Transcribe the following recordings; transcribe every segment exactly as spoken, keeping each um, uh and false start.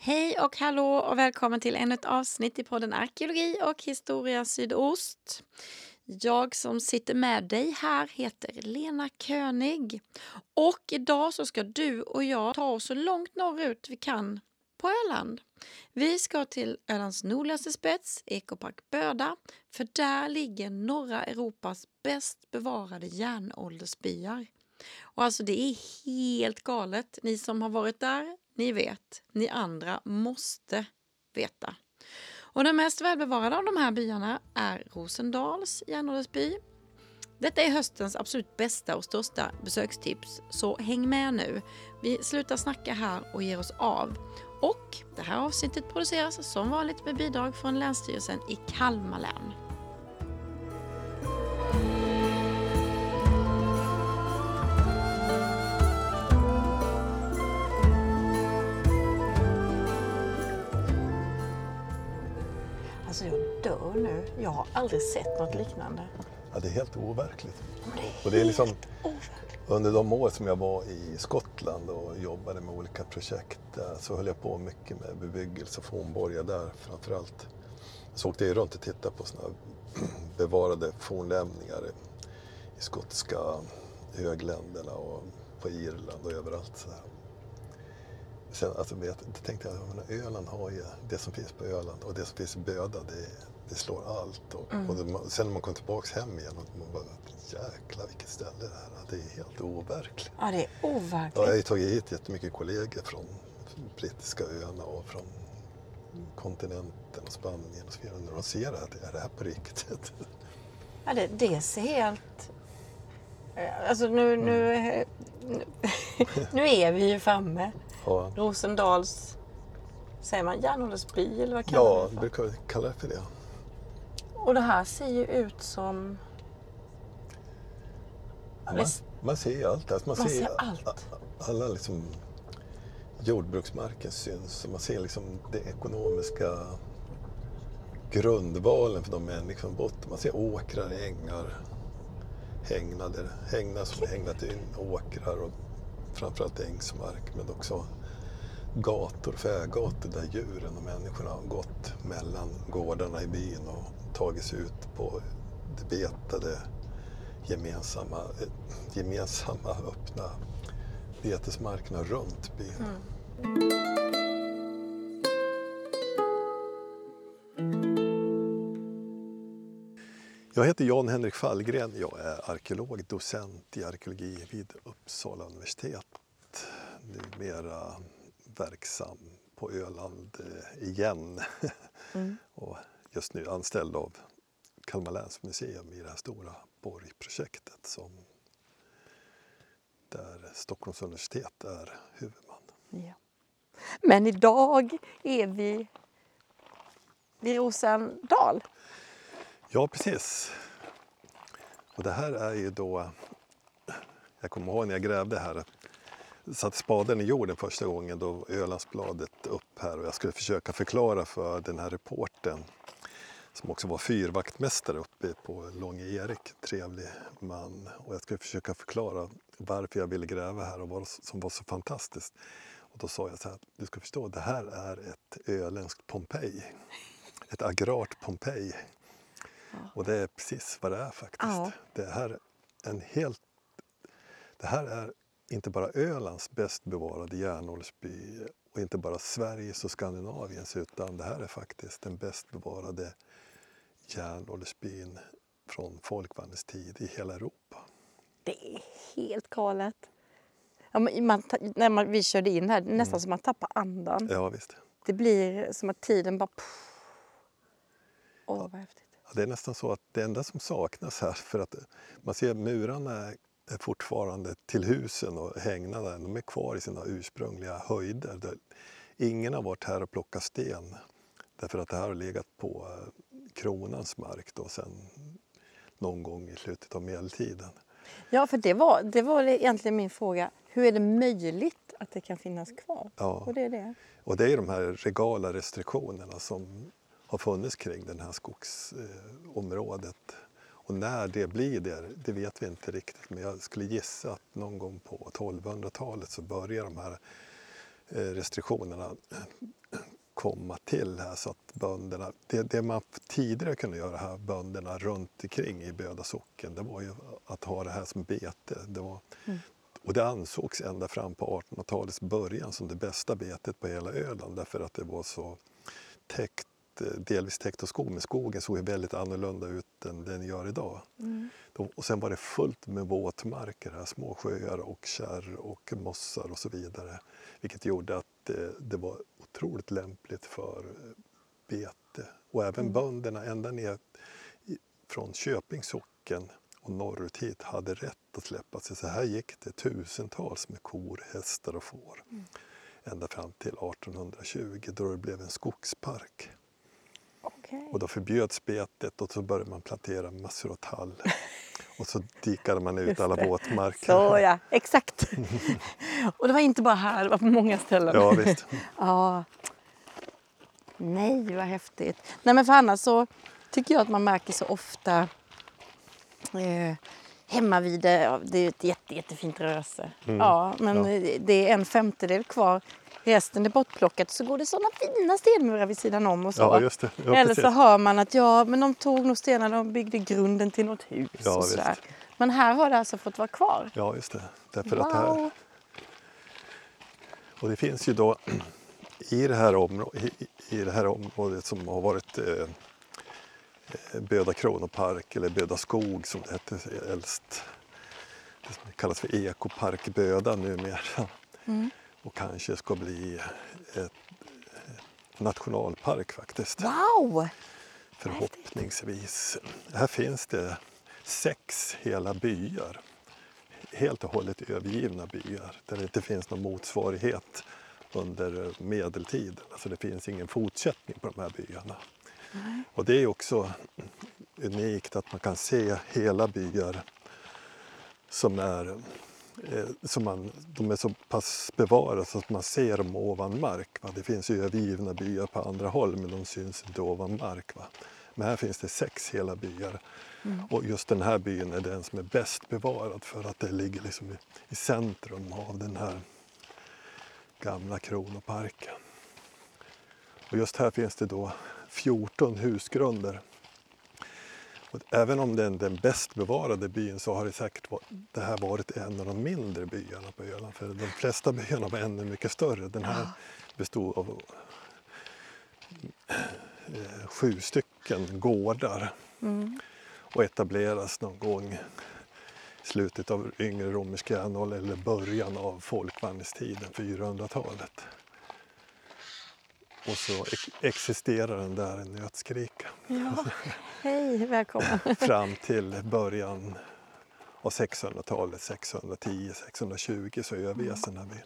Hej och hallå och välkommen till ännu ett avsnitt i podden Arkeologi och historia sydost. Jag som sitter med dig här heter Lena König. Och idag så ska du och jag ta oss så långt norrut vi kan på Öland. Vi ska till Ölands nordligaste spets, Ekopark Böda, för där ligger norra Europas bäst bevarade järnåldersbyar. Och alltså det är helt galet. Ni som har varit där, ni vet. Ni andra måste veta. Och den mest välbevarade av de här byarna är Rosendals järnåldersby. Detta är höstens absolut bästa och största besökstips, så häng med nu. Vi slutar snacka här och ger oss av. Och det här avsnittet produceras som vanligt med bidrag från Länsstyrelsen i Kalmar län. Alltså jag dör nu. Jag har aldrig sett något liknande. Ja, det är helt overkligt. Det är Och det är liksom overkligt. under de år som jag var i Skottland och jobbade med olika projekt där, så höll jag på mycket med bebyggelse och fornborgar där framförallt. Så åkte jag runt och tittade på såna bevarade fornlämningar i skotska högländerna och på Irland och överallt så här. Sen alltså, vet, då tänkte jag att Öland har ju det som finns på Öland och det som finns i Böda, det, det slår allt. Och, mm. och det, sen när man kom tillbaka hem igen och man bara, jäklar vilket ställe det här är, det är helt overkligt. Ja, det är overkligt. Ja, jag har ju tagit hit jättemycket kollegor från brittiska öarna och från kontinenten och Spanien och så vidare. När de ser det här, är det här på riktigt? Ja, det, det ser helt... Alltså nu, mm. nu, nu, nu är vi ju framme. Ja. Rosendals, säger man järnåldersby eller vad kallar ja, det för? Ja, brukar vi kalla det för det. Och det här ser ju ut som... Man, man ser ju allt. Alltså man, man ser, ser allt. Alla liksom jordbruksmarken syns. Man ser liksom det ekonomiska grundvalen för de människor som bott. Man ser åkrar, ängar, hängnader. Hängnar som är hägnat in, åkrar och framförallt ängsmark, men också gator, fägator där djuren och människorna har gått mellan gårdarna i byn och tagits ut på det betade gemensamma, gemensamma öppna betesmarkerna runt byn. Mm. Jag heter Jan Henrik Fallgren. Jag är arkeolog, docent i arkeologi vid Uppsala universitet. Numera verksam på Öland igen. Mm. Och just nu anställd av Kalmar läns museum i det här stora borgprojektet som där Stockholms universitet är huvudman. Ja. Men idag är vi vid Rosendal. Ja, precis. Och det här är ju då, jag kommer ihåg när jag grävde här, satte spaden i jorden första gången, då Ölandsbladet upp här och jag skulle försöka förklara för den här reporten som också var fyrvaktmästare uppe på Långe Erik, trevlig man, och jag skulle försöka förklara varför jag ville gräva här och vad som var så fantastiskt. Och då sa jag så här, du ska förstå, det här är ett öländskt Pompeji, ett agrart Pompeji. Ja. Och det är precis vad det är faktiskt. Ja. Det här är en helt, det här är inte bara Ölands bäst bevarade järnåldersby och inte bara Sveriges och Skandinaviens, utan det här är faktiskt den bäst bevarade järnåldersbyn från folkvandringstid i hela Europa. Det är helt galet. Ja, man, när man, vi körde in här, nästan mm. som man tappar andan. Ja, visst. Det blir som att tiden bara... Åh, oh, vad häftigt. Ja, det är nästan så att det enda som saknas här, för att man ser murarna är fortfarande till husen och hängnaderna, de är kvar i sina ursprungliga höjder. Där ingen har varit här och plockat sten, därför att det här har legat på kronans mark då sedan någon gång i slutet av medeltiden. Ja, för det var, det var egentligen min fråga. Hur är det möjligt att det kan finnas kvar? Ja, och det är det. Och det är de här regala restriktionerna som har funnits kring det här skogsområdet. Och när det blir det, det vet vi inte riktigt. Men jag skulle gissa att någon gång på tolvhundratalet så börjar de här restriktionerna komma till här så att bönderna, det, det man tidigare kunde göra här, bönderna runt omkring i Böda socken, det var ju att ha det här som bete. Det var, mm. Och det ansågs ända fram på artonhundratalets början som det bästa betet på hela Öland därför att det var så täckt, delvis täckt av skog, men skogen såg väldigt annorlunda ut än den gör idag. Mm. Och sen var det fullt med våtmarker här, små sjöar och kärr och mossar och så vidare. Vilket gjorde att det, det var otroligt lämpligt för bete. Och även mm. bönderna ända ner från Köpings socken och norrut hit hade rätt att släppa sig. Så här gick det tusentals med kor, hästar och får. Mm. Ända fram till artonhundratjugo då det blev en skogspark. Okay. Och då förbjöds betet och så började man plantera massor av tall. Och så dikade man ut alla våtmarker. Så ja, exakt. Och det var inte bara här, det var på många ställen. Ja, visst. Ja. Nej, vad häftigt. Nej, men för annars så tycker jag att man märker så ofta eh, hemma vid det, det är ett jätte, jättefint röse. Mm. Ja, men ja. Det är en femtedel kvar. Resten är bortplockat så går det sådana fina stenmurar vid sidan om och så. Ja, just det. Ja, eller precis. så hör man att ja, men de tog nog stenarna och byggde grunden till något hus. Ja, och så där. Men här har det alltså fått vara kvar. Ja, just det. Därför wow. att här... Och det finns ju då i det här, områ... i, i det här området som har varit eh, Böda kronopark eller Böda skog som det hette äldst. Det som kallas för Ekopark Böda numera. Mm. Och kanske ska bli ett nationalpark faktiskt. Wow! Förhoppningsvis. Här finns det sex hela byar. Helt och hållet övergivna byar. Där det inte finns någon motsvarighet under medeltiden. Alltså det finns ingen fortsättning på de här byarna. Mm. Och det är också unikt att man kan se hela byar som är... Som man, de är så pass bevarade så att man ser dem ovan mark. Va? Det finns ju övergivna byar på andra håll men de syns inte ovan mark. Va? Men här finns det sex hela byar. Mm. Och just den här byn är den som är bäst bevarad för att det ligger liksom i, i centrum av den här gamla kronoparken. Och just här finns det då fjorton husgrunder. Och även om det är den bäst bevarade byn så har det säkert varit, det här varit en av de mindre byarna på Öland. För de flesta byarna var ännu mycket större. Den här bestod av eh, sju stycken gårdar. Mm. Och etableras någon gång i slutet av yngre romersk järnålder eller början av folkvandringstiden, fyrahundratalet. Och så existerar den där en nötskrika. Ja, hej, välkommen. Fram till början av sexhundratalet, sexhundratio sexhundratjugo så överges den här byn.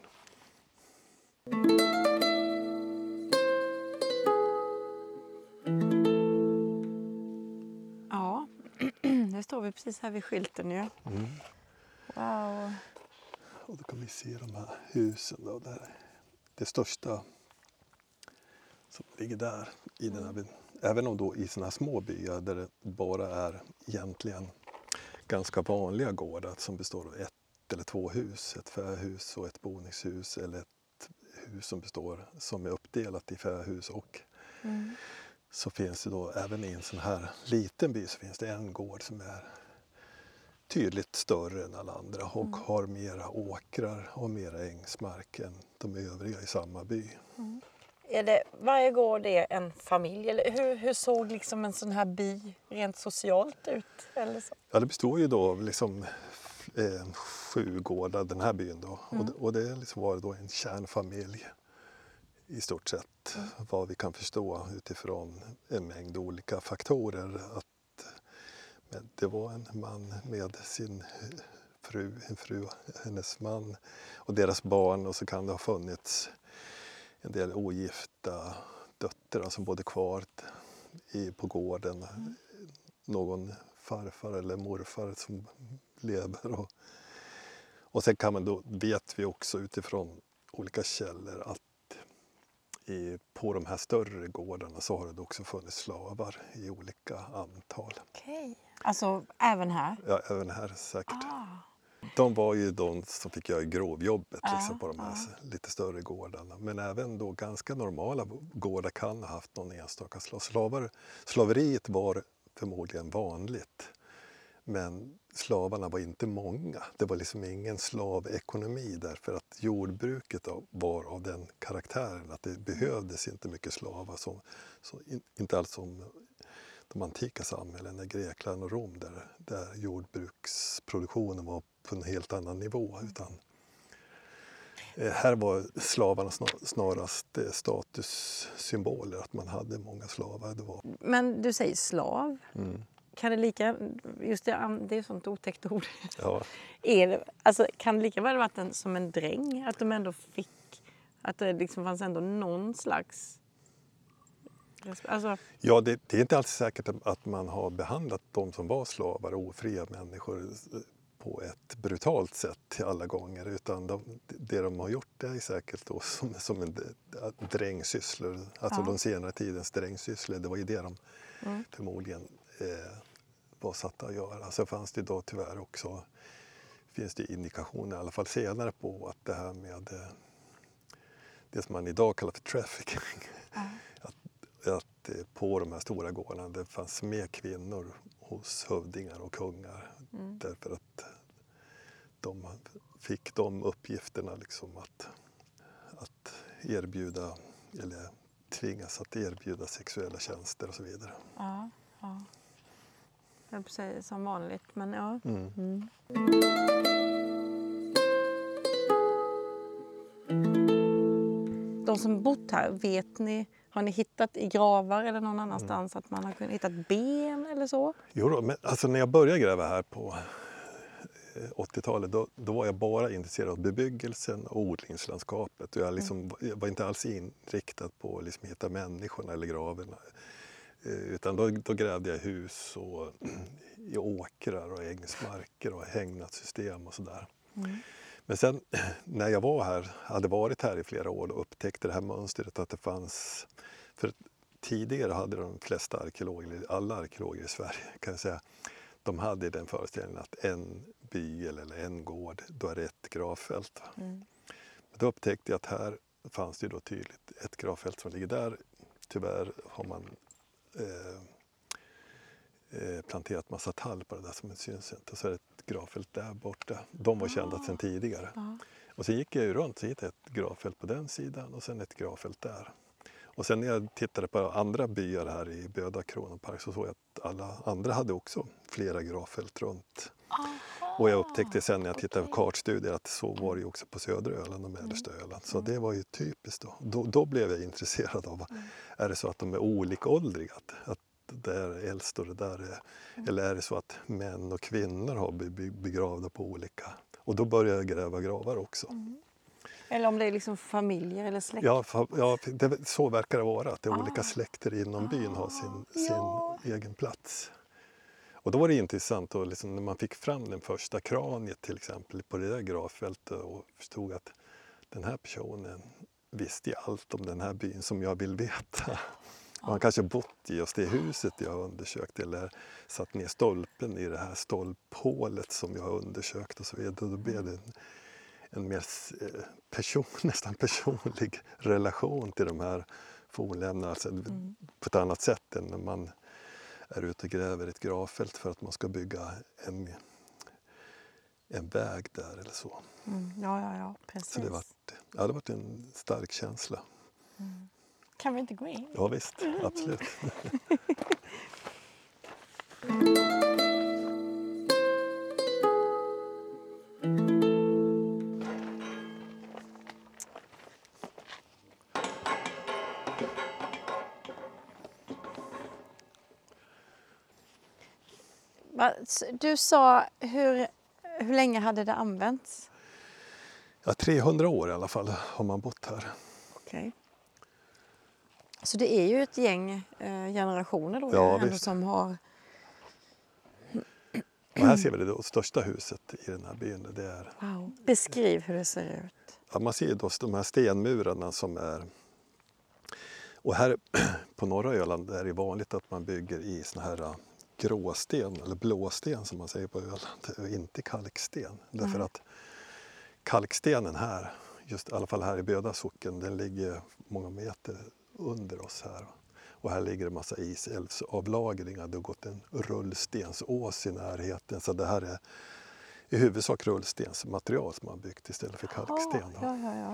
Ja, nu står vi precis här vid skylten ju. Mm. Wow. Och då kan vi se de här husen då. Där. Det största som ligger där i den här byn. Även om då i såna här små byar där det bara är egentligen ganska vanliga gårdar som består av ett eller två hus. Ett fähus och ett boningshus eller ett hus som består som är uppdelat i fähus och mm. så finns det då även i en sån här liten by så finns det en gård som är tydligt större än alla andra och mm. har mera åkrar och mera ängsmark än de övriga i samma by. Mm. Är det, varje gård är en familj? Eller hur, hur såg liksom en sån här by rent socialt ut? Eller så? Ja, det består ju då av liksom, eh, sju gårdar, den här byn. Då. Mm. Och, och det liksom var då en kärnfamilj i stort sett. Mm. Vad vi kan förstå utifrån en mängd olika faktorer. Att, men det var en man med sin fru, en fru, hennes man och deras barn. Och så kan det ha funnits en del ogifta döttrar som bodde kvar i, på gården. Mm. Någon farfar eller morfar som lever. Och, och sen kan man då, vet vi också utifrån olika källor att i, på de här större gårdarna så har det också funnits slavar i olika antal. Okej, alltså även här? Ja, även här säkert. Ah. De var ju de som fick göra grovjobbet Ja, liksom, på de här ja. lite större gårdarna. Men även då ganska normala gårdar kan ha haft någon enstaka slav. Slavar, slaveriet var förmodligen vanligt. Men slavarna var inte många. Det var liksom ingen slavekonomi därför att jordbruket var av den karaktären att det behövdes inte mycket slavar. Som, så in, inte alls som de antika samhällena, Grekland och Rom där, där jordbruksproduktionen var på en helt annan nivå. Utan, eh, här var slavarna snar, snarast eh, statussymboler, att man hade många slavar. Det var. Men du säger slav. Mm. Kan det lika, just det, det är ett sånt otäckt ord. Ja. Är det, alltså, kan det lika väl varit en, som en dräng? Att de ändå fick, att det liksom fanns ändå någon slags... Alltså... Ja, det, det är inte alls säkert att man har behandlat de som var slavar, ofria människor, på ett brutalt sätt alla gånger. Utan de, det de har gjort är säkert då som, som en drängsysslor. Alltså ja. De senare tidens drängsysslor, det var ju det de mm. förmodligen eh, var satta att göra. Så fanns det då tyvärr också, finns det indikationer i alla fall senare på att det här med eh, det som man idag kallar för trafficking, mm. att, att eh, på de här stora gårdarna det fanns mer kvinnor hos hövdingar och kungar. Mm. Därför att de fick de uppgifterna liksom att, att erbjuda, eller tvingas att erbjuda sexuella tjänster och så vidare. Ja, ja. Jag säger som vanligt, men ja. Mm. Mm. De som bott här, vet ni, har ni hittat i gravar eller någon annanstans mm. att man har kunnat hitta ben eller så? Jo då, men alltså när jag började gräva här på åttiotalet då, då var jag bara intresserad av bebyggelsen och odlingslandskapet. Och jag, liksom, mm. jag var inte alls inriktad på att liksom hitta människorna eller gravarna. Utan då, då grävde jag hus och i åkrar och ängsmarker och hägnadsystem och sådär. Mm. Men sen när jag var här, hade varit här i flera år och upptäckte det här mönstret att det fanns, för tidigare hade de flesta arkeologer, alla arkeologer i Sverige kan jag säga, de hade den föreställningen att en by eller en gård, då är det ett gravfält. Mm. Då upptäckte jag att här fanns det då tydligt ett gravfält som ligger där. Tyvärr har man eh, eh, planterat massa tall på det där som det syns inte. Så är det ett gravfält där borta. De var kända ah. sedan tidigare. Ah. Och sen gick jag ju runt och hittade ett gravfält på den sidan och sen ett gravfält där. Och sen när jag tittade på andra byar här i Böda Kronopark så såg jag att alla andra hade också flera gravfält runt. Aha, och jag upptäckte sen när jag tittade okay. på kartstudier att så var det ju också på södra Öland och mellersta Öland. Så mm. det var ju typiskt då. då. Då blev jag intresserad av, mm. är det så att de är olikåldriga? Att, att det är äldst och det där är, mm. eller är det så att män och kvinnor har blivit begravda på olika? Och då började jag gräva gravar också. Mm. Eller om det är liksom familjer eller släkt? Ja, ja det, så verkar det vara. Att det är ah. olika släkter inom byn har sin, sin ja. egen plats. Och då var det intressant att liksom, när man fick fram den första kraniet till exempel på det där gravfältet och förstod att den här personen visste allt om den här byn som jag vill veta. Och han kanske bott i just det huset jag har undersökt eller satt ner stolpen i det här stolphålet som jag har undersökt och så vidare. Då blev det en, en mer person, nästan personlig relation till de här fornlämnarna. Alltså mm. på ett annat sätt än när man är ute och gräver ett gravfält för att man ska bygga en, en väg där eller så. Mm. Ja, ja, ja, precis. Så det har ja, varit en stark känsla. Mm. Kan vi inte gå in? Ja visst, mm. absolut. Du sa, hur, hur länge hade det använts? Ja, trehundra år i alla fall har man bott här. Okej. Okay. Så det är ju ett gäng eh, generationer då, ja, ändå som har... Och här ser vi det största huset i den här byn. Det är... Wow. Beskriv hur det ser ut. Ja, man ser då de här stenmurarna som är... Och här på norra Öland är det vanligt att man bygger i såna här gråsten eller blåsten som man säger på Öland och inte kalksten. Därför Mm. att kalkstenen här, just i alla fall här i Böda socken, den ligger många meter under oss här. Och här ligger det en massa isälvsavlagringar. Det har gått en rullstensås i närheten. Så det här är i huvudsak rullstensmaterial som man har byggt istället för kalksten. Ja, ja, ja.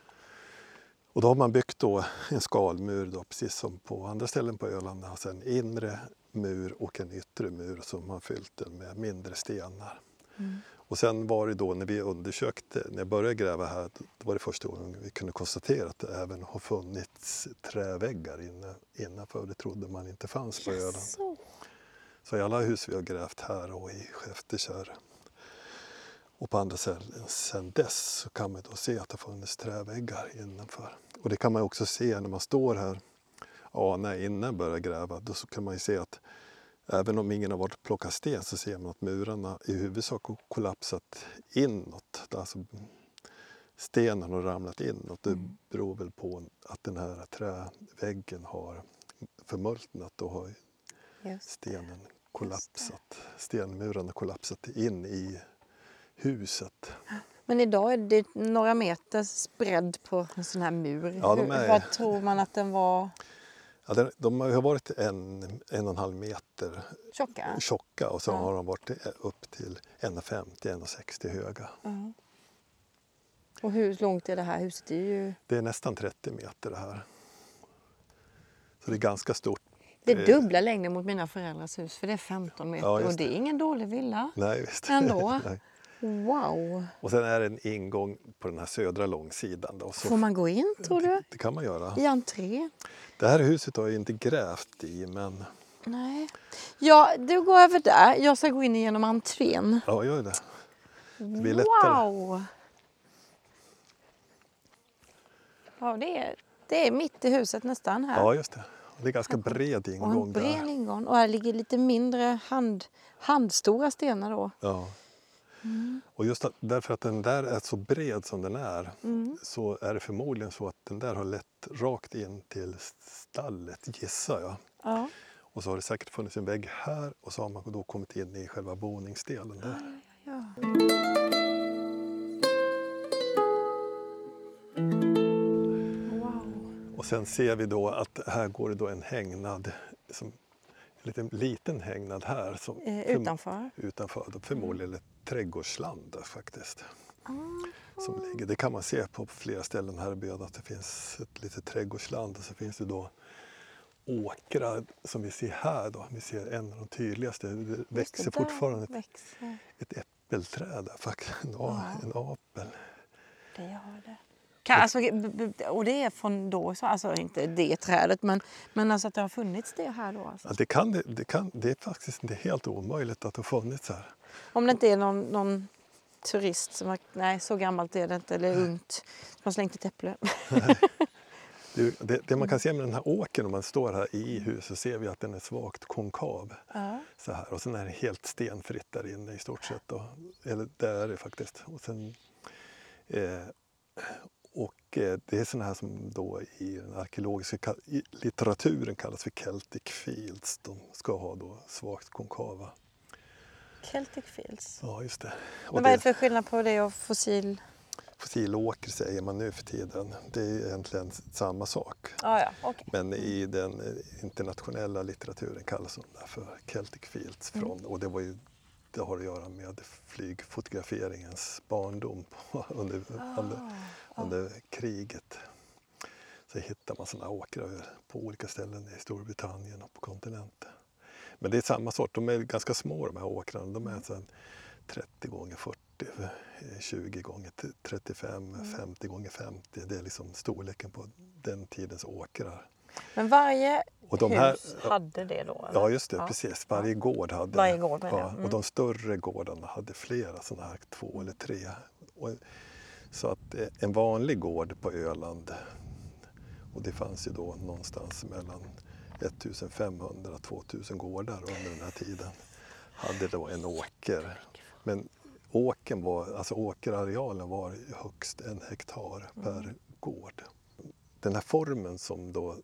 Och då har man byggt då en skalmur, då, precis som på andra ställen på Öland. Alltså en inre mur och en yttre mur som har fyllt den med mindre stenar. Mm. Och sen var det då när vi undersökte, när jag började gräva här, då var det första gången vi kunde konstatera att det även har funnits träväggar inne, innanför. Det trodde man inte fanns på Öland. Yes. Så i alla hus vi har grävt här och i Skeftekärr och på andra ställen sedan dess så kan man då se att det har funnits träväggar innanför. Och det kan man också se när man står här, ja, när innan börjar gräva, då så kan man ju se att även om ingen har varit och plockat sten så ser man att murarna i huvudsak har kollapsat inåt. Alltså stenen har ramlat inåt. Det beror väl på att den här träväggen har förmultnat och har Just. stenen kollapsat. Stenmurarna kollapsat in i huset. Men idag är det några meters bredd på en sån här mur. Ja, de är- Hur, vad tror man att den var Ja, den- de har varit en, en och en halv meter tjocka? tjocka och så Ja. har de varit upp till en komma femtio till en komma sextio höga. Ja. Och hur långt är det här huset? Det är ju Det är nästan trettio meter det här. Så det är ganska stort. det är dubbla längden mot mina föräldrars hus, för det är femton meter. Ja, just och det är ingen dålig villa. Nej, visst. Ändå. Nej. Wow! Och sen är det en ingång på den här södra långsidan. Då, så Får man gå in, tror du? det, det kan man göra. I entré? Det här huset har jag inte grävt i, men Nej. Ja, du går över där. Jag ska gå in genom entrén. ja, gör det. Det blir lättare. Wow! Ja, det är, det är mitt i huset nästan här. Ja, just det. Det är ganska bred och ingång en bred där. ingång. Och här ligger lite mindre hand, handstora stenar då. Ja. Mm. Och just att, därför att den där är så bred som den är Mm. så är det förmodligen så att den där har lett rakt in till stallet, gissar jag. Ja. Och så har det säkert funnits en vägg här och så har man då kommit in i själva boningsdelen där. Ja. Wow. Och sen ser vi då att här går det då en hägnad, som, en liten, liten hägnad här. Som Eh, förm- utanför? Utanför, då förmodligen ett trädgårdsland där faktiskt. Ah. Som ligger. Det kan man se på flera ställen här i Böda att det finns ett litet trädgårdsland och så finns det då åkrar som vi ser här då. Vi ser en av de tydligaste. Det växer Just det, fortfarande där ett, växer. ett äppelträd där faktiskt. En, a, en apel. Det gör det. Kan, alltså, b- b- och det är från då, så, alltså inte det trädet, men, men alltså att det har funnits det här då? Alltså. Ja, det, kan, det, det, kan, det är faktiskt inte helt omöjligt att det har funnits här. Om det inte är någon, någon turist som har, nej så gammalt är det inte, eller ungt, som har slängt ett äpple. Det, det, det man kan se med den här åkern om man står här i huset så ser vi att den är svagt konkav. Ja. Så här. Och sen är det helt stenfritt där inne i stort sett. Då. Eller det är det faktiskt. Och, sen, eh, och eh, det är sådana här som då i den arkeologiska ka- i litteraturen kallas för Celtic Fields. De ska ha då svagt konkava. Celtic Fields. Ja, just det. Och Men vad är det det för skillnad på det och fossil? fossilåker säger man nu för tiden. Det är egentligen samma sak. Ah, ja, okej. Men i den eh, internationella litteraturen kallas de där för Celtic Fields. Från, och det, var ju, det har att göra med flygfotograferingens barndom på, under, under, under kriget. Så hittar man sådana åkrar på olika ställen i Storbritannien och på kontinenten. Men det är samma sort, de är ganska små de här åkrarna. De är så trettio gånger fyrtio, tjugo gånger trettiofem, femtio gånger femtio. Det är liksom storleken på den tidens åkrar. Men varje Och de hus här, hade det då? Eller? ja, just det, Ja. precis. Varje gård hade Varje gård menar jag. ja, Mm. och de större gårdarna hade flera sådana här, två eller tre. Och, så att eh, en vanlig gård på Öland, och det fanns ju då någonstans mellan femtonhundra och tvåtusen gårdar under den här tiden, hade då en åker. Men åkern var, alltså åkerarealen var högst en hektar per gård. Den här formen som då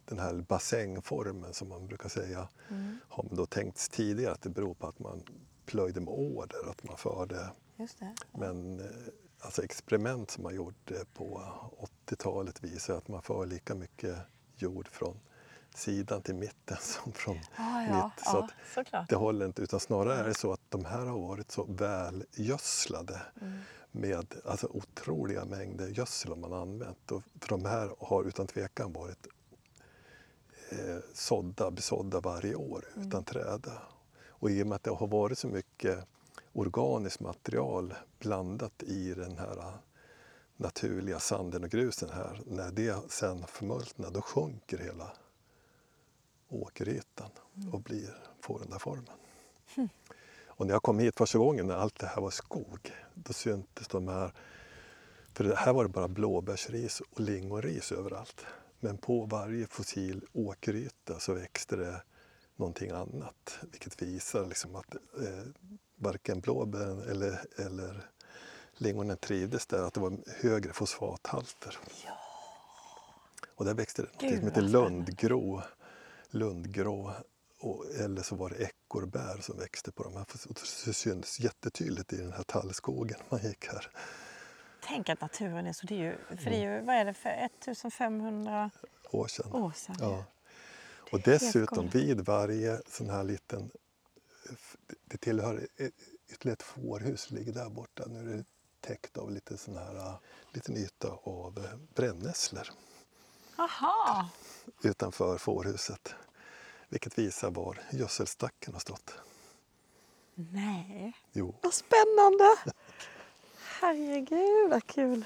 den här bassängformen som man brukar säga Mm. har man då tänkt tidigare att det beror på att man plöjde med åder, att man förde. Just det. Ja. Men eh, alltså experiment som man gjorde på åttiotalet visar att man för lika mycket jord från sidan till mitten som från Ah, ja, mitt. Så ja, att såklart. det håller inte, utan snarare är det så att de här har varit så väl gödslade Mm. med alltså, otroliga mängder gödsel om man har använt. Och för de här har utan tvekan varit eh, sådda, besådda varje år Mm. utan träda. Och i och med att det har varit så mycket organiskt material blandat i den här naturliga sanden och grusen här, när det sen förmultnar då sjunker hela åkerytan och blir, får den där formen. Mm. Och när jag kom hit första gången när allt det här var skog, då syntes de här, för det här var det bara blåbärsris och lingonris överallt. Men på varje fossil åkeryta så växte det någonting annat, vilket visar liksom att eh, varken blåbären eller, eller lingonen trivdes där, att det var högre fosfathalter. Ja. Och där växte det något Gud, som heter vad spännande. lundgrå, lundgrå och, eller så var det ekorrbär som växte på de här. Det syntes jättetydligt i den här tallskogen man gick här. Tänk att naturen är så, det är ju, för det är ju, vad är det för ettusenfemhundra År sedan. år sedan? Ja. Och dessutom galet. vid varje sån här liten, det tillhör ytterligare ett fårhus som ligger där borta. Nu är det täckt av lite sån här, liten yta av brännässlor Aha. utanför fårhuset. Vilket visar var gödselstacken har stått. Nej. Jo. Vad spännande! Herregud, vad kul!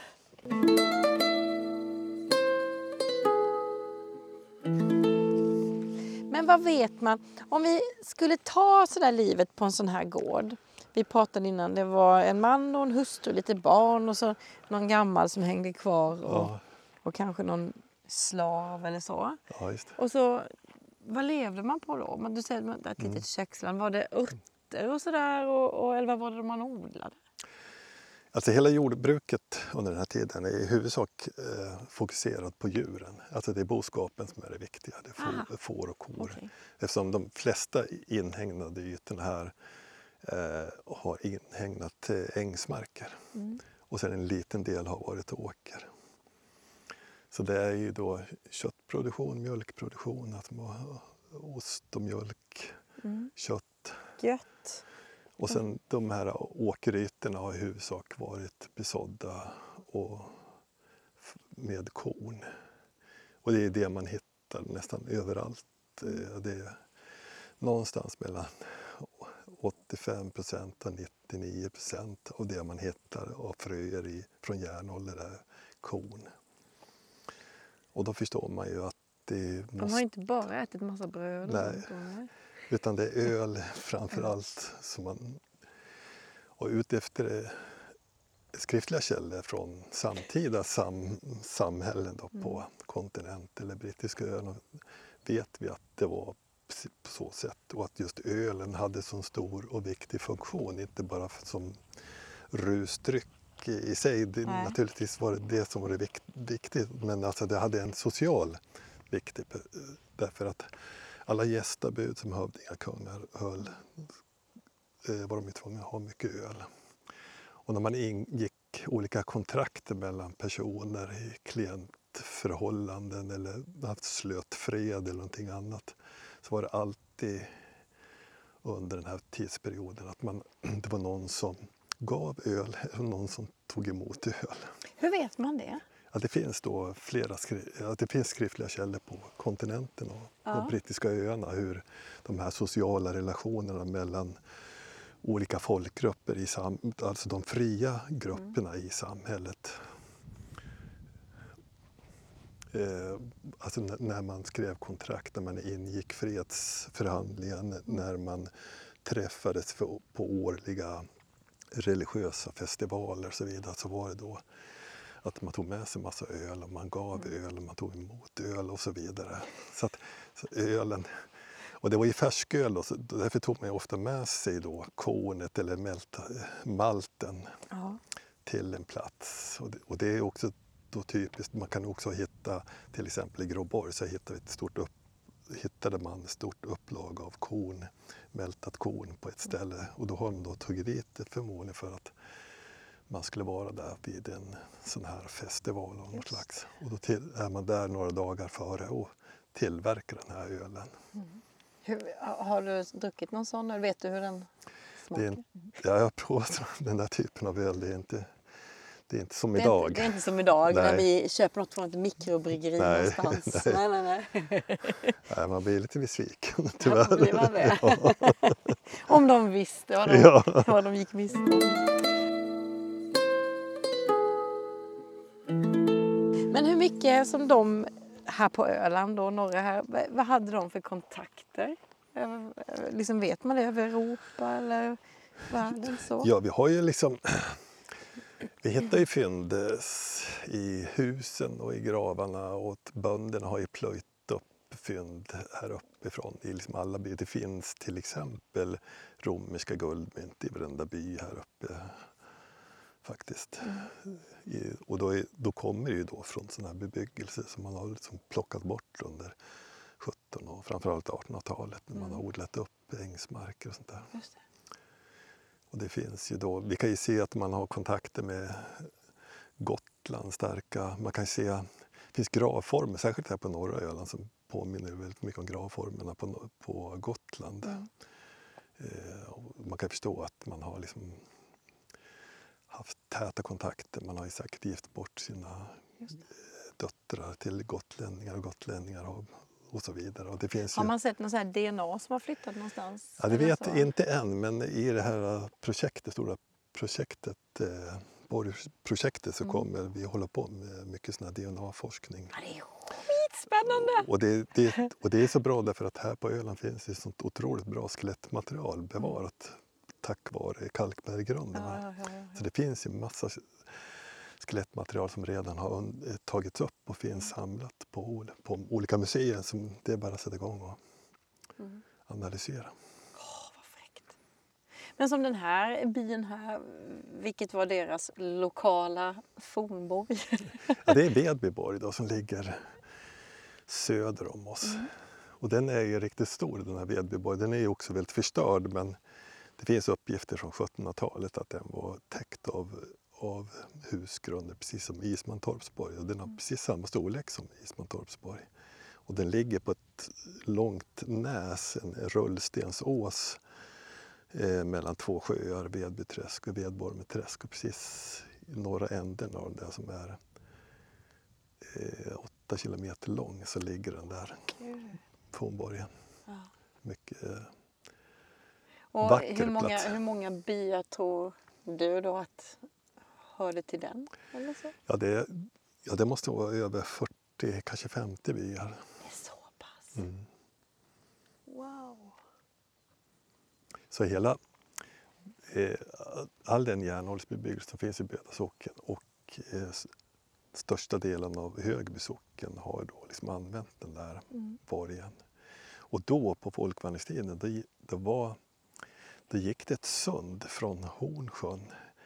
Men vad vet man? Om vi skulle ta sådär livet på en sån här gård. Vi pratade innan, det var en man och en hustru, lite barn och så någon gammal som hängde kvar och, Ja, och kanske någon slav eller så. ja, just det. Och så, vad levde man på då? Men du säger att ett Mm. litet köksland, var det örter och sådär? Och, och, eller vad var det man odlade? Alltså hela jordbruket under den här tiden är i huvudsak eh, fokuserat på djuren. Alltså det är boskapen som är det viktiga, det är Aha. får, får och kor. Okej. Eftersom de flesta inhägnade ytorna här eh, har inhägnat eh, ängsmarker. Mm. Och sen en liten del har varit åker. Så det är ju då köttproduktion, mjölkproduktion, att man har ost och mjölk, Mm. kött. Gött. Och sen de här åkerytorna har i huvudsak varit besådda och f- med korn. Och det är det man hittar nästan överallt. Eh, Det är någonstans mellan åttiofem procent och nittionio procent av det man hittar av fröer i, från järnålder är korn. Och då förstår man ju att det De har måste, inte bara ätit massa bröd. och Nej. sånt, nej. utan det är öl framför allt som man, och utefter eh, skriftliga källor från samtida sam, samhällen då på Mm. kontinent eller brittiska öarna vet vi att det var på så sätt och att just ölen hade så stor och viktig funktion, inte bara för, som rusdryck i sig. Det, Nej. naturligtvis var det det som var det vikt, viktigt, men alltså det hade en social viktig, därför att alla gästabud som hövdingar, kungar höll eh, var de ju tvungna att ha mycket öl. Och när man ingick olika kontrakt mellan personer i klientförhållanden eller haft slöt fred eller någonting annat, så var det alltid under den här tidsperioden att man, det var någon som gav öl och någon som tog emot öl. Hur vet man det? Ja, det finns då flera skri- ja, det finns skriftliga källor på kontinenten och Ja. på brittiska öarna hur de här sociala relationerna mellan olika folkgrupper, i sam- alltså de fria grupperna i samhället. Eh, alltså n- när man skrev kontrakt, när man ingick fredsförhandlingar, n- när man träffades för, på årliga religiösa festivaler och så vidare, så var det då att man tog med sig massa öl och man gav öl och man tog emot öl och så vidare. Så att så ölen, och det var ju färsköl då, så därför tog man ju ofta med sig då kornet eller mälta, malten Ja. till en plats. Och det, och det är också då typiskt, man kan också hitta, till exempel i Gråborg så hittade, vi ett stort upp, hittade man ett stort upplag av korn, mältat korn på ett ställe. Och då har de då tagit dit det förmodligen för att man skulle vara där vid en sån här festival av något slags. Och då till, är man där några dagar före och tillverkar den här ölen. Mm. Hur, har du druckit någon sån? Eller vet du hur den smakar? Det är, ja, jag har provat den där typen av öl. Det är inte, det är inte som det är idag. Inte, det är inte som idag Nej. när vi köper något från ett mikrobryggeri Nej, någonstans. nej. Nej, nej, nej. Nej, man blir lite besviken, tyvärr. Ja, blir man det? Ja. Om de visste vad de, Ja. vad de gick miste om. Men hur mycket som de här på Öland och norra här, vad hade de för kontakter? Liksom vet man det över Europa eller världen så? Ja, vi har ju liksom, vi hittar ju fynd i husen och i gravarna och bönderna har ju plöjt upp fynd här uppifrån i liksom alla byar. Det finns till exempel romerska guldmynt i varenda by här uppe faktiskt. Mm. I, och då, är, då kommer det ju då från sån här bebyggelse som man har liksom plockat bort under sjuttonhundratalet och framförallt artonhundratalet när man har odlat upp ängsmarker och sånt där. Just det. Och det finns ju då, vi kan ju se att man har kontakter med Gotland starka, man kan se, det finns gravformer, särskilt här på norra Öland som påminner väldigt mycket om gravformerna på, på Gotland. Mm. Eh, och man kan förstå att man har liksom haft täta kontakter, man har ju säkert gift bort sina döttrar till gotlänningar och gotlänningar och, och så vidare. Och det finns har ju... man sett någon sån här D N A som har flyttat någonstans? Ja, det vet jag inte än, men i det här projektet, stora projektet, eh, Borgprojektet så kommer mm. vi hålla på med mycket sån här D N A-forskning. Ja, det är skitspännande! Och det, det, och det är så bra därför att här på Öland finns det sånt otroligt bra skelettmaterial bevarat mm. tack vare kalkberggrunderna. Ja, ja, ja, ja. Så det finns ju massa skelettmaterial som redan har tagits upp och finns samlat på, på olika museer som det är bara att sätta igång och mm. analysera. Åh, vad fräckt. Men som den här byn här, vilket var deras lokala fornborg? Ja, det är Vedbyborg då, som ligger söder om oss. Mm. Och den är ju riktigt stor, den här Vedbyborg. Den är ju också väldigt förstörd, men det finns uppgifter från sjuttonhundratalet att den var täckt av, av husgrunder, precis som Ismantorpsborg. Och den har precis samma storlek som Ismantorpsborg. Och den ligger på ett långt näs, en rullstensås eh, mellan två sjöar, Vedbyträsk och Vedbormeträsk. Och precis i norra änden av den där som är eh, åtta kilometer lång så ligger den där fornborgen. Ja. Mycket eh, och vacker hur många, plats. Hur många byar tror du då att hörde till den? Eller så? Ja, det, ja, det måste vara över fyrtio, kanske femtio byar. Det är så pass. Mm. Wow. Så hela, eh, all den järnåldersbebyggelse som finns i Böda socken och eh, största delen av Högby socken har då liksom använt den där mm. borgen. Och då på folkvandringstiden, då, då, var, då gick det ett sund från Hornsjön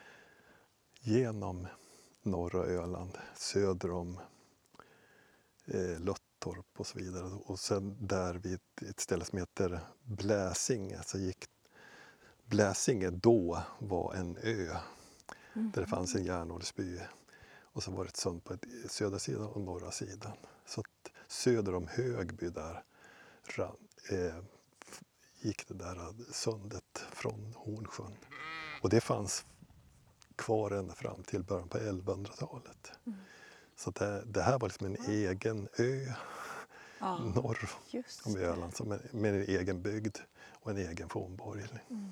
genom norra Öland, söder om eh, Löttorp och så vidare. Och sen där vid ett ställe som heter Bläsinge, så gick Bläsinge då var en ö mm. där det fanns en järnåldersby. Och så var det ett sund på södra sidan och norra sidan. Så att söder om Högby där ran, eh, gick det där sundet från Hornsjön. Och det fanns kvar ända fram till början på elvahundratalet. Mm. Så det, det här var liksom en mm. egen ö ah, norr om Öland som en, med en egen bygd och en egen fornborg. Mm.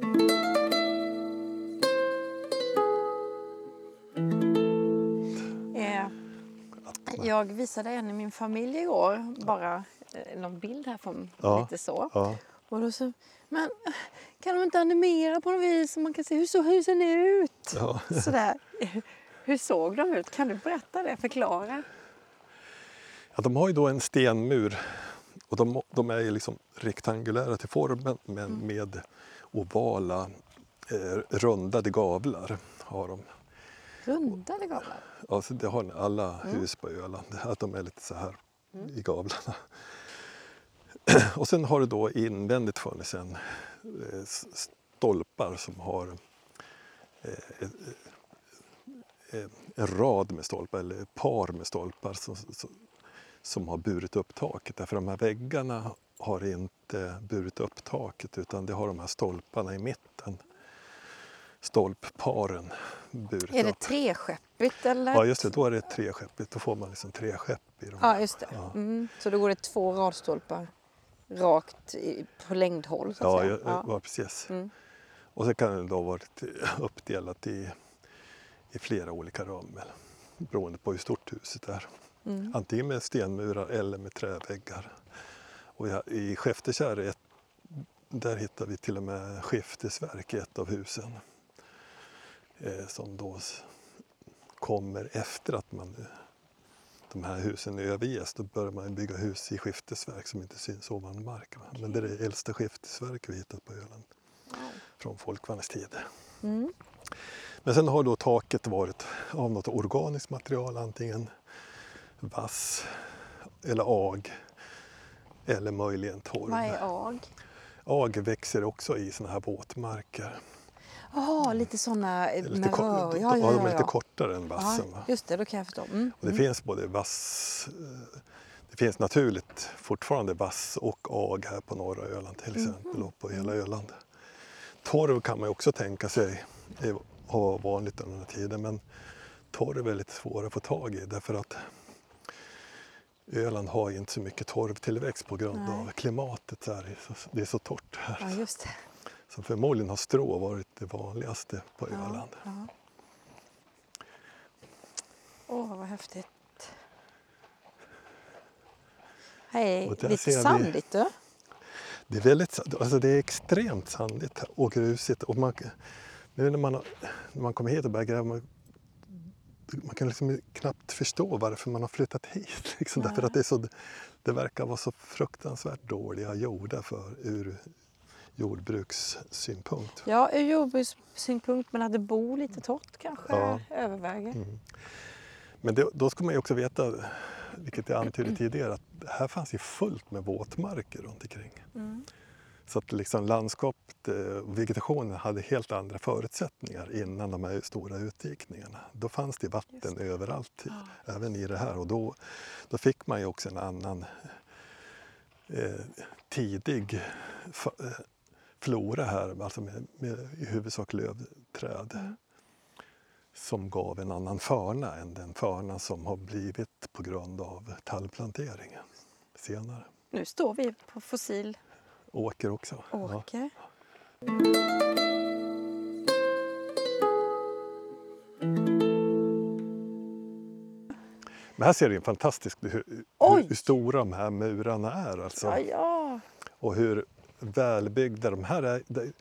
Jag visade en i min familj igår, bara någon bild här från ja, lite så. Ja. Och då så, men kan de inte animera på något vis så man kan se hur så husen ut? Ja. Sådär. Hur såg de ut? Kan du berätta det? Förklara. Ja, de har ju då en stenmur och de, de är ju liksom rektangulära till formen men mm. med ovala eh, rundade gavlar har de. Runda eller gavlar? Alltså det har alla mm. hus på Öland, att de är lite så här mm. i gavlarna. Och sen har det då invändigt funnits en eh, stolpar som har eh, eh, en rad med stolpar eller ett par med stolpar som, som, som har burit upp taket. Därför de här väggarna har inte burit upp taket utan det har de här stolparna i mitten. Stolpparen burit upp. Är det treskeppigt eller? Ja just det, då är det treskeppigt. Då får man liksom treskepp i dem. Ja just det. Ja. Mm. Så då går det två radstolpar rakt i, på längdhåll så att ja, säga. Jag, ja, ja precis. Mm. Och så kan det då vara uppdelat i, i flera olika rum beroende på hur stort huset är. Mm. Antingen med stenmurar eller med träväggar. Och i Skeftekärr där hittar vi till och med skiftesverk i ett av husen. Eh, som då kommer efter att man, de här husen överges. Då börjar man bygga hus i skiftesverk som inte syns ovan marken. Okay. Men det är det äldsta skiftesverk vi hittat på Öland. Wow. Från folkvandringens tid. Mm. Men sen har då taket varit av något organiskt material. Antingen vass eller ag. Eller möjligen torv. Vad är ag? Ag växer också i såna här våtmarker. Jaha, lite sådana lite kort, ja, ja, ja, de är lite kortare än vassen. Ja, just det, då kan jag förstå. Mm. Och det mm. finns både vass, det finns naturligt fortfarande vass och ag här på norra Öland till exempel mm. och på hela Öland. Torv kan man också tänka sig ha vanligt under den här tiden, men torv är lite svårare att få tag i därför att Öland har inte så mycket torvtillväxt på grund Nej. av klimatet. Här. Det är så torrt här. Ja, just det. Så förmodligen har strå varit det vanligaste på ja, Öland. Åh, ja. oh, vad häftigt. Hej, lite sandigt du. Det är väldigt, alltså det är extremt sandigt och grusigt. Och man, nu när man, när man kommer hit och börjar gräva, man, man kan liksom knappt förstå varför man har flyttat hit. Liksom, därför att det, är så, det verkar vara så fruktansvärt dåliga jordar för ur jordbrukssynpunkt. Ja, ur jordbrukssynpunkt, men att det bor lite torrt kanske ja. överväger. Mm. Men det, då ska man ju också veta, vilket jag antydde tidigare, att här fanns ju fullt med våtmarker runt omkring. Mm. Så att liksom landskapet och vegetationen hade helt andra förutsättningar innan de här stora utdikningarna. Då fanns det vatten det. överallt, ja. även i det här. Och då, då fick man ju också en annan eh, tidig flora här, alltså med, med i huvudsak lövträd. Mm. Som gav en annan förna än den förna som har blivit på grund av tallplanteringen senare. Nu står vi på fossil åker också. Åker. Ja. Men här ser du en fantastisk hur, hur, hur stora de här murarna är. Alltså. Ja, ja. Och hur välbyggda de här är. Det,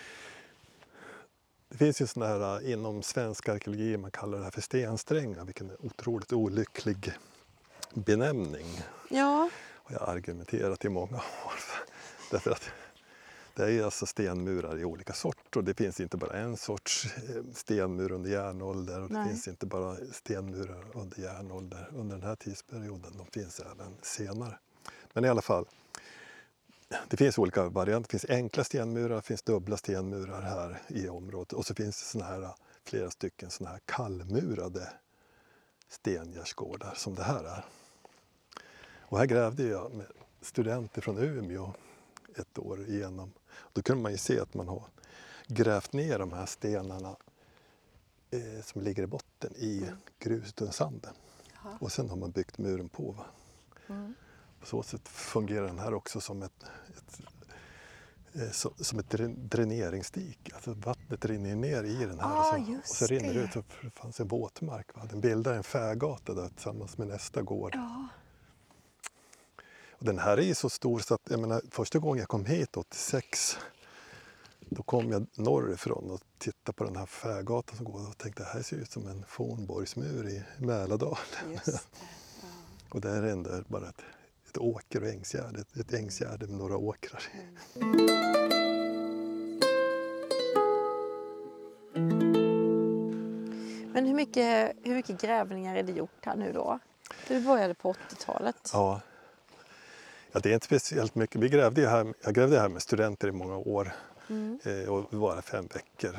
det finns ju sådana här inom svensk arkeologi, man kallar det här för stensträngar, vilken är otroligt olycklig benämning. Ja. Och jag har argumenterat i många år. Därför att det är alltså stenmurar i olika sorter. Det finns inte bara en sorts stenmur under järnålder. Och det Nej. finns inte bara stenmurar under järnålder under den här tidsperioden. De finns även senare. Men i alla fall, det finns olika varianter. Det finns enkla stenmurar, det finns dubbla stenmurar här i området. Och så finns det såna här, flera stycken såna här kallmurade stengärdsgårdar som det här är. Och här grävde jag med studenter från Umeå ett år igenom. Då kunde man ju se att man har grävt ner de här stenarna eh, som ligger i botten i mm. grussanden. Och sen har man byggt muren på. Va? Mm. På så sätt fungerar den här också som ett, ett, eh, så, som ett dräneringsdik. Alltså vattnet rinner ner i den här ah, och, så, och så rinner det ut. Och det fanns en våtmark. Va? Den bildar en färgata där tillsammans med nästa gård. Ja. Och den här är ju så stor så att jag menar, första gången jag kom hit åttiosex då kom jag norrifrån och tittade på den här färgatan som går och tänkte att det här ser ut som en fornborgsmur i Mälardal. Just det. Ja. Och där är ändå bara ett, ett åker och ängsgärde, ett, ett ängsgärde med några åkrar. Mm. Men Men hur mycket, hur mycket grävningar är det gjort här nu då? Du började på åttiotalet. Ja. Ja, det är inte speciellt mycket. Vi grävde ju här, jag grävde här med studenter i många år. Mm. Eh, och vi var här fem veckor.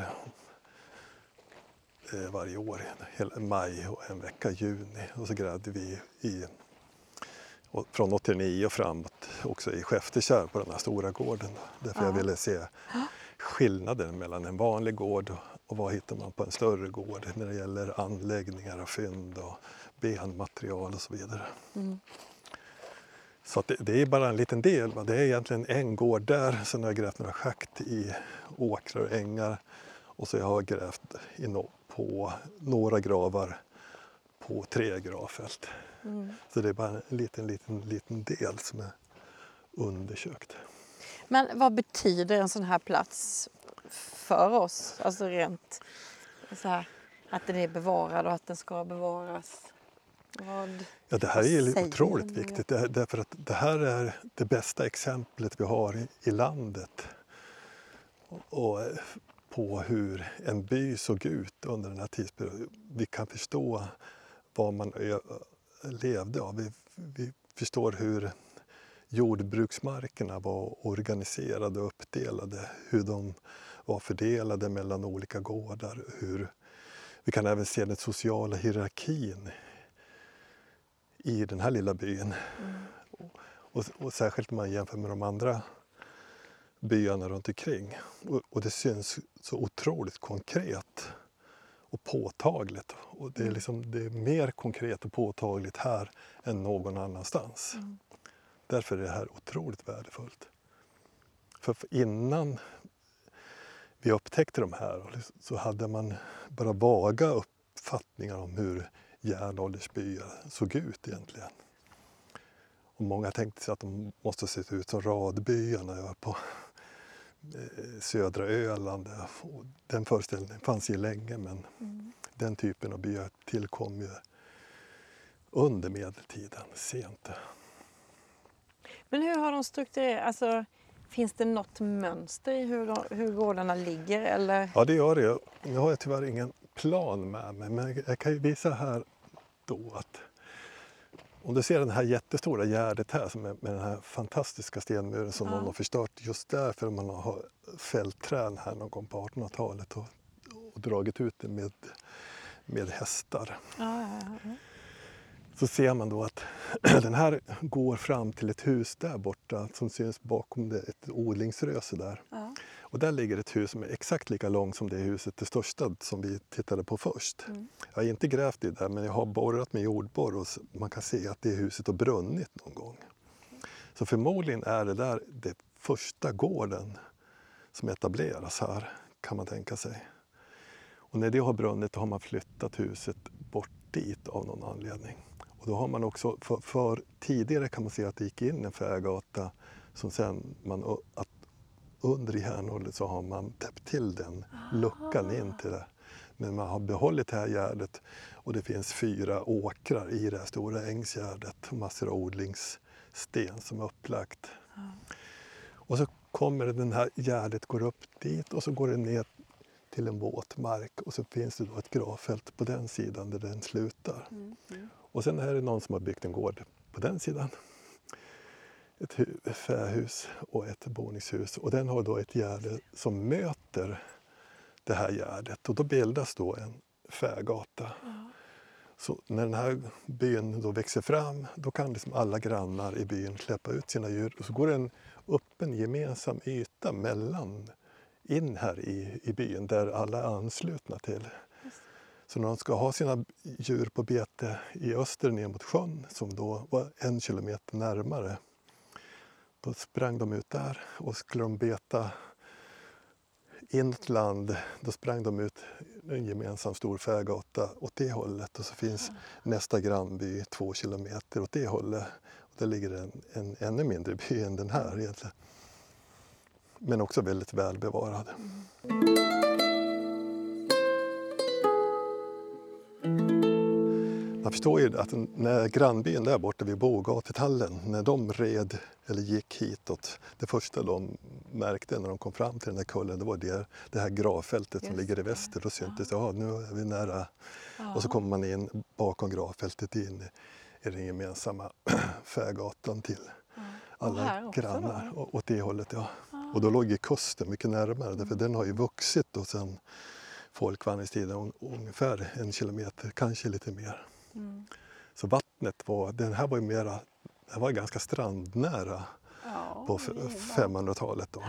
Eh, varje år. Hela maj och en vecka juni. Och så grävde vi i, och från åttionio och framåt också i Skefterkärr på den här stora gården. Därför Ja. jag ville se skillnaden mellan en vanlig gård och, och vad hittar man på en större gård när det gäller anläggningar och fynd och benmaterial och så vidare. Mm. Så att det, det är bara en liten del. Va? Det är egentligen en gård där. Sen har jag grävt några schakt i åkrar och ängar. Och så jag har grävt i no, på några gravar på tre gravfält. Mm. Så det är bara en liten, liten, liten del som är undersökt. Men vad betyder en sån här plats för oss? Alltså rent så här, att den är bevarad och att den ska bevaras. Vad, Ja, det här är ju otroligt den? viktigt. Det, därför att det här är det bästa exemplet vi har i, i landet. Och, och på hur en by såg ut under den här tidsperioden. Vi kan förstå vad man ö, levde av. Vi, vi förstår hur jordbruksmarkerna var organiserade och uppdelade. Hur de var fördelade mellan olika gårdar. Hur, vi kan även se den sociala hierarkin i den här lilla byn. Mm. Och, och särskilt när man jämför med de andra byarna runt omkring. Och, och det syns så otroligt konkret och påtagligt. Och det är, liksom, det är mer konkret och påtagligt här än någon annanstans. Mm. Därför är det här otroligt värdefullt. För innan vi upptäckte de här så hade man bara vaga uppfattningar om hur järnåldersbyar såg ut egentligen. Och många tänkte sig att de måste se ut som radbyarna på södra Öland. Och den föreställningen fanns ju länge, men mm. den typen av byar tillkom ju under medeltiden, sent. Men hur har de strukturerat? Alltså, finns det något mönster i hur, de, hur gårdarna ligger? Eller? Ja, det gör det. Nu har jag tyvärr ingen plan med mig, men jag kan ju visa här då att om du ser den här jättestora gärdet här som är med den här fantastiska stenmuren som ja. någon har förstört just därför man har fällt träd här någon gång på artonhundratalet och, och dragit ut det med, med hästar. Ja, ja, ja. Så ser man då att den här går fram till ett hus där borta som syns bakom det, ett odlingsröse där. Ja. Och där ligger ett hus som är exakt lika långt som det huset, det största som vi tittade på först. Mm. Jag har inte grävt i det, men jag har borrat med jordborr och man kan se att det huset har brunnit någon gång. Så förmodligen är det där det första gården som etableras här, kan man tänka sig. Och när det har brunnit har man flyttat huset bort dit av någon anledning. Och då har man också, för, för tidigare kan man se att det gick in en färgata som sen man, att under i järnåldern så har man täppt till den luckan in till det. Men man har behållit det här gärdet och det finns fyra åkrar i det här stora ängsgärdet. Massor av odlingssten som är upplagt. Mm. Och så kommer den här gärdet, går upp dit och så går det ner till en våtmark. Och så finns det då ett gravfält på den sidan där den slutar. Mm. Mm. Och sen är det någon som har byggt en gård på den sidan. Ett, ett fähus och ett boningshus. Och den har då ett gärde som möter det här gärdet. Och då bildas då en fägata. Mm. Så när den här byn då växer fram, då kan liksom alla grannar i byn släppa ut sina djur. Och så går det en öppen gemensam yta mellan in här i, i byn där alla är anslutna till. Just. Så när de ska ha sina djur på bete i öster ner mot sjön, som då var en kilometer närmare, då sprang de ut där och skulle de beta inland, då sprang de ut en gemensam stor färgata åt det hållet och så finns mm. nästa grannby två kilometer åt det hållet. Och där ligger en, en ännu mindre by än den här egentligen. Men också väldigt välbevarad. Mm. Man förstår ju att när grannbyn där borta vid Bogatetallen, när de red eller gick hitåt, det första de märkte när de kom fram till den här kullen, det var det, det här gravfältet som Just ligger i det. väster. Då syntes det, Ja. ja, nu är vi nära. Ja. Och så kommer man in bakom gravfältet in i den gemensamma färgatan till Ja. Och alla här också grannar då? å- åt det hållet. Ja. Ja. Och då låg ju kusten mycket närmare, därför den har ju vuxit och sen folkvandringstiden un- ungefär en kilometer, kanske lite mer. Mm. Så vattnet var, den här var ju mera, den var ganska strandnära Ja, på det är bra. femhundratalet då.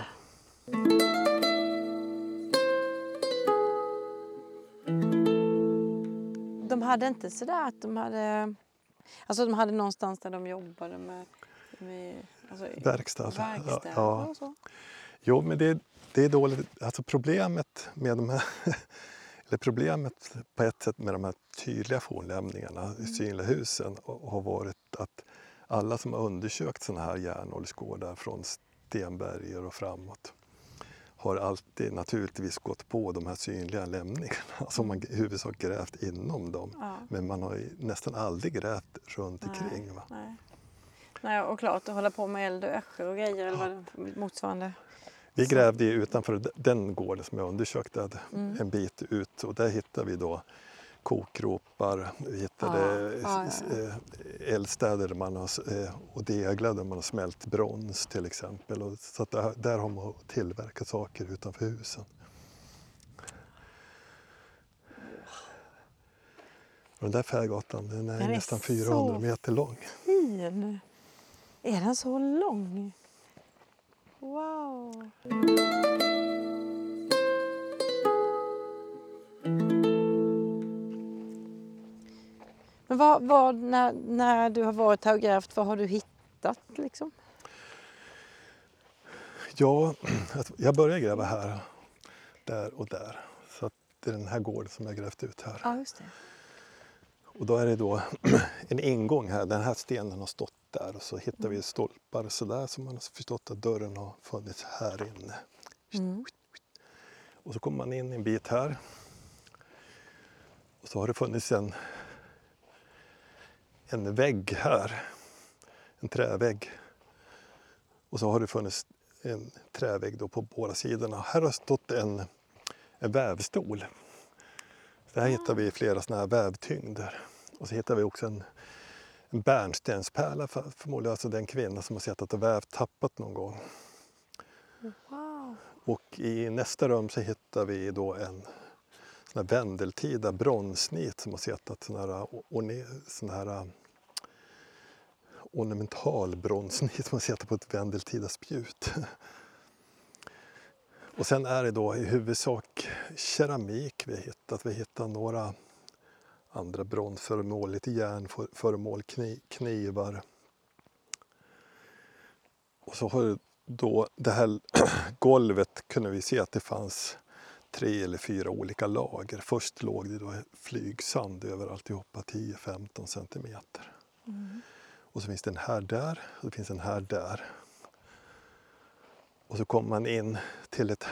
De hade inte sådär att de hade... Alltså de hade någonstans där de jobbade med... med alltså, Verkstad. verkstäder Ja. och så. Jo, men det, det är dåligt. Alltså problemet med de här, eller problemet på ett sätt med de här tydliga fornlämningarna i synliga husen har varit att alla som har undersökt sådana här järnåldersgårdar från Stenberger och framåt har alltid naturligtvis gått på de här synliga lämningarna som man i huvudsak grävt inom dem. Ja. Men man har ju nästan aldrig grävt runt omkring. Va? Nej. Nej, och klart att hålla på med eld och öscher och grejer eller vad det motsvarande. Vi grävde ju utanför den gården som jag undersökte Mm. en bit ut och där hittade vi då kokgropar, vi hittade Ja, ja, ja. eh, eldstäder där man har, eh, och deglar där man har smält brons till exempel. Och så att där, där har man tillverkat saker utanför husen. Och den där färgatan den är, Den är nästan fyrahundra så meter lång. Fin! Är den så lång? Wow! Men vad, vad, när, när du har varit här och grävt, vad har du hittat liksom? Ja, alltså, jag började gräva här, där och där. Så att det är den här gården som jag grävt ut här. Ja, just det. Och då är det då en ingång här, den här stenen har stått där och så hittar vi stolpar så där som man har förstått att dörren har funnits här inne. Mm. Och så kommer man in en bit här. Och så har det funnits en, en vägg här, en trävägg. Och så har det funnits en trävägg då på båda sidorna. Här har stått en, en vävstol. Så här hittar vi flera sådana här vävtyngder. Och så hittar vi också en, en bärnstenspärla, för, förmodligen alltså den kvinna som har sett att det vävt tappat någon gång. Wow. Och i nästa rum så hittar vi då en sån här vändeltida bronsnit som har sett att sån här, sån här ornamental bronsnit som har sett på ett vändeltida spjut. Och sen är det då i huvudsak keramik vi har hittat. Vi hittar några andra bronsföremål, lite järnföremål, kni, knivar. Och så har det då det här golvet kunde vi se att det fanns tre eller fyra olika lager. Först låg det då flygsand över alltihopa, tio till femton centimeter. Mm. Och så finns det en här där och det finns en här där. Och så kommer man in till ett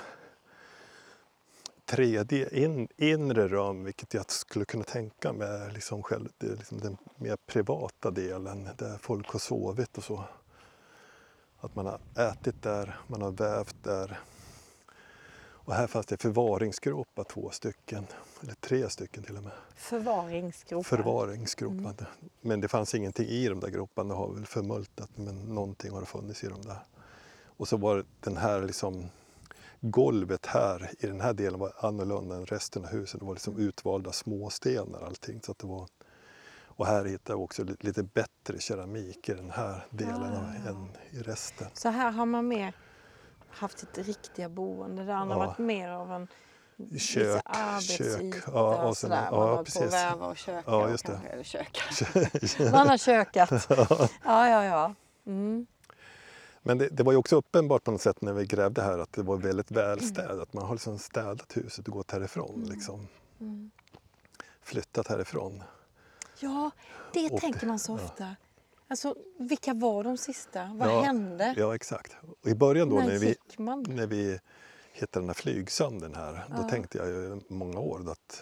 tredje in, inre rum, vilket jag skulle kunna tänka mig liksom själv, det är liksom den mer privata delen där folk har sovit och så. Att man har ätit där, man har vävt där. Och här fanns det förvaringsgropar, två stycken, eller tre stycken till och med. Förvaringsgropar. Förvaringsgropar. Mm. Men det fanns ingenting i de där groparna, det har väl förmultat, men någonting har det funnits i de där. Och så var den här liksom, golvet här i den här delen var annorlunda än resten av huset. Det var liksom utvalda småstenar allting. Så att det var, och här hittade vi också lite bättre keramik i den här delen Ah, av, ja. än i resten. Så här har man mer haft sitt riktiga boende. Det andra har Ja. varit mer av en Kök, vissa arbetsyta. kök. Ja, och och sen- sådär. ja, Man har hållit på precis. att väva och köka. Ja, och just det. kanske- Eller köka. Man har kökat. Ja, ja, ja. Mm. Men det, det var ju också uppenbart på något sätt när vi grävde här att det var väldigt välstädat. Man har liksom städat huset och gått härifrån. Liksom. Mm. Flyttat härifrån. Ja, det Och- tänker man så ja. ofta. Alltså, vilka var de sista? Vad Ja, hände? Ja, exakt. Och i början då När när vi, gick man? när vi hittade den här flygsanden här, då Ja. tänkte jag ju många år att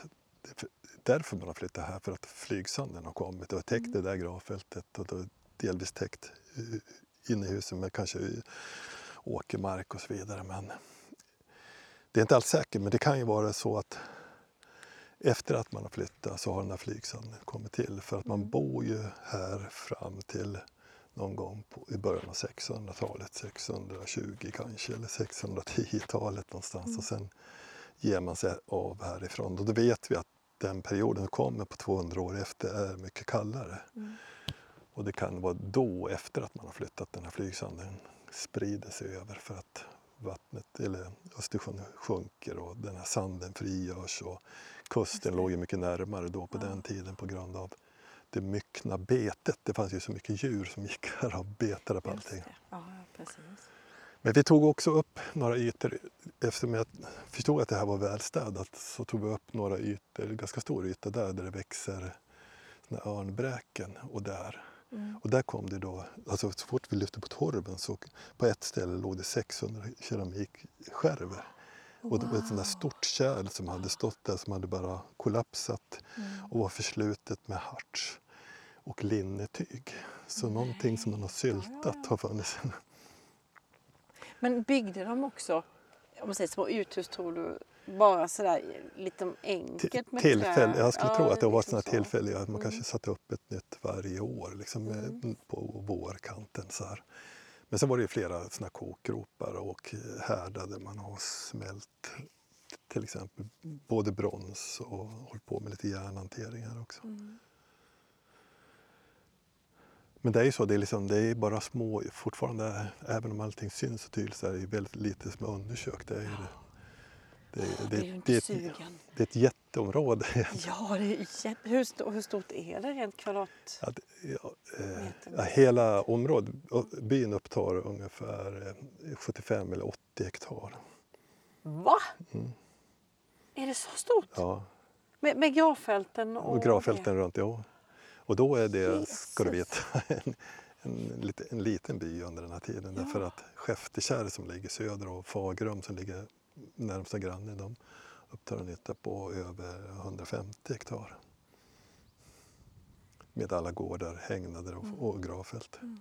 det är därför man har flyttat här, för att flygsanden har kommit och täckt Mm. det där gravfältet och då delvis täckt inne i huset med kanske åkermark och så vidare. Men det är inte alls säkert, men det kan ju vara så att efter att man har flyttat så har den här flygsanden kommit till. För att man Mm. bor ju här fram till någon gång på, i början av sexhundratalet, sexhundratjugo kanske, eller sexhundratio-talet någonstans. Mm. Och sen ger man sig av härifrån. Och då vet vi att den perioden kommer på tvåhundra år efter är mycket kallare. Mm. Och det kan vara då, efter att man har flyttat, den här flygsanden sprider sig över för att vattnet, eller Östersjön, sjunker och den här sanden frigörs. Och kusten låg ju mycket närmare då på Ja. den tiden på grund av det myckna betet. Det fanns ju så mycket djur som gick här och betade på Just allting. det. Ja, precis. Men vi tog också upp några ytor, eftersom jag förstod att det här var välstädat så tog vi upp några ytor, ganska stora ytor där, där det växer såna örnbräken och där. Mm. Och där kom det då, alltså så fort vi lyfte på torven så på ett ställe låg det sexhundra keramikskärvor. Och det var ett sånt där stort kärl som hade stått där som hade bara kollapsat Mm. och var förslutet med harts och linnetyg. Så Nej. någonting som man har syltat Ja, ja. har funnits. Men byggde de också, om man säger små uthus, tror du, bara sådär lite enkelt med Tillfälle, trä? jag skulle Ja, tro att det var liksom sådana så. tillfälliga, att man Mm. kanske satte upp ett nytt varje år liksom, Mm. på vårkanten. Så här. Men sen var det ju flera såna kokgropar och härdar där man har smält till exempel både brons och hållit på med lite järnhanteringar också. Mm. Men det är ju så, det är, liksom, det är bara små, fortfarande, även om allting syns så tydligt så är det väldigt lite som är undersökt. Det är, ju det, det, är, Det är det, ju det, inte är ett, sugen. det är ett jätteområde. Ja, det är jätte... hur, st- hur stort är det rent kvadrat? Ja, det, ja, eh, Meter. ja, hela området, byn upptar ungefär eh, sjuttiofem eller åttio hektar. Va? Mm. Är det så stort? Ja, Med, med gravfälten och, och gravfälten runt, ja. Och då är det, ska du Jesus. veta, en, en, lite, en liten by under den här tiden. Ja. Därför att Skeftekärr som ligger söder och Fagerum som ligger närmsta granne, de upptar en yta på över hundrafemtio hektar. Med alla gårdar, hägnader och, Mm. och gravfält. Mm.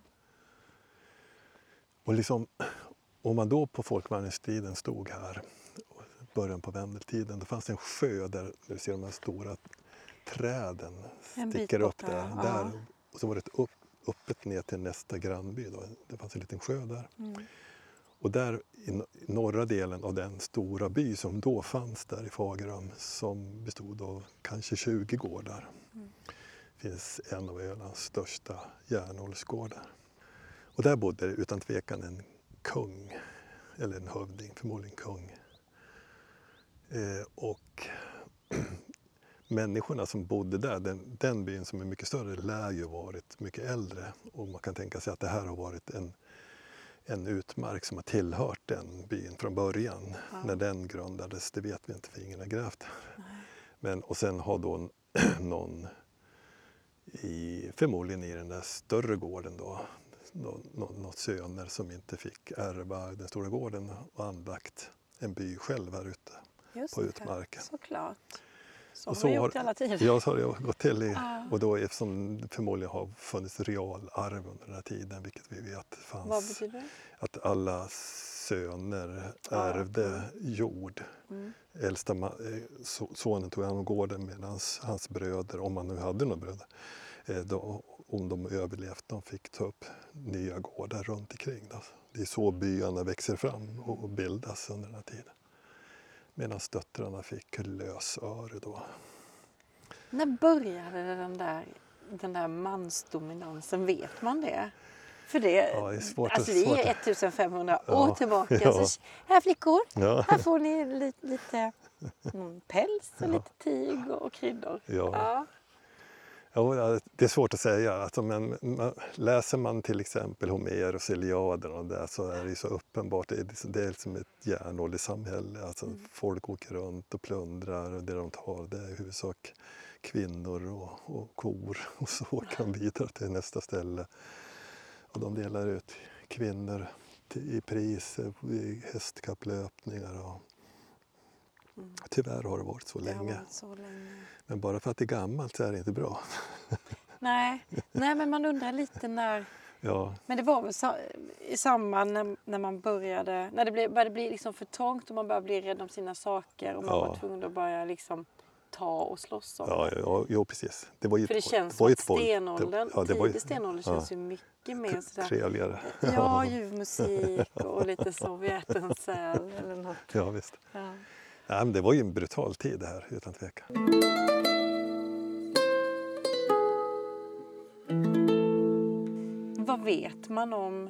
Och liksom, om man då på folkvandringstiden stod här, början på vendeltiden, då fanns det en sjö där du ser de här stora träden En bit sticker upp borta, där. ja. där. Och så var det ett upp, öppet ner till nästa grannby. Då. Det fanns en liten sjö där. Mm. Och där i no- i norra delen av den stora by som då fanns där i Fagerum, som bestod av kanske tjugo gårdar, Mm. finns en av Ölands största järnåldersgårdar. Och där bodde det utan tvekan en kung, eller en hövding, förmodligen kung. Eh, och människorna som bodde där, den, den byn som är mycket större, lär ju varit mycket äldre. Och man kan tänka sig att det här har varit en, en utmark som har tillhört den byn från början. Ja. När den grundades, det vet vi inte för ingen har grävt. Nej. Men, och sen har då någon, i, förmodligen i den där större gården då, någon, någon söner som inte fick ärva den stora gården och anlagt en by själv här ute Just på det, utmarken. såklart. Så Och har så vi har- gjort i alla tider. Ja, så har det gått till. I, Ja. och då eftersom det förmodligen har funnits realarv under den här tiden, vilket vi vet fanns. Vad betyder det? Att alla söner Ja, ärvde mm. jord. Mm. Äldsta ma- eh, so- sonen tog hand om gården medan hans bröder, om man nu hade några bröder, eh, då, om de överlevt, de fick ta upp nya gårdar runt omkring. Då. Det är så byarna växer fram och bildas under den här tiden. Medan döttrarna fick lösöre då. När började den där, den där mansdominansen? Vet man det? För det, Ja, det är svårt alltså att- vi svårt är att- ettusenfemhundra Ja, år tillbaka. ja. Så här flickor, Ja. här får ni li, lite mm, päls och Ja. lite tyg och kryddor. Ja. Ja. Ja, det är svårt att säga. Alltså, men man, läser man till exempel Homeros Iliaden och där, så är det så uppenbart. Det är, det är liksom ett järnålderssamhälle. Alltså, Mm. folk åker runt och plundrar och det de tar det är i huvudsak kvinnor och, och kor. Och så åker de vidare till nästa ställe. Och de delar ut kvinnor till, i pris i hästkapplöpningar. Och, Mm. Tyvärr har det varit så Det länge. har varit så länge. Men bara för att det är gammalt så är det inte bra. Nej, Nej men man undrar lite när... Ja, Men det var väl sa- i samband när, när man började... När det blev, började bli liksom för trångt och man började bli rädd om sina saker och man Ja. var tvungen att börja liksom ta och slåss om ja, det. ja, jo, precis. Det var ju För det ett- känns var som ju att ett våld. stenåldern, Det- ja, det var ju- tidig stenålder känns ju mycket mer sådär... Trevligare. Ja, ljuv musik och lite Sovjetens säl eller något. Ja, visst. Ja. Ja, men det var ju en brutal tid det här, utan tvekan. Vad vet man om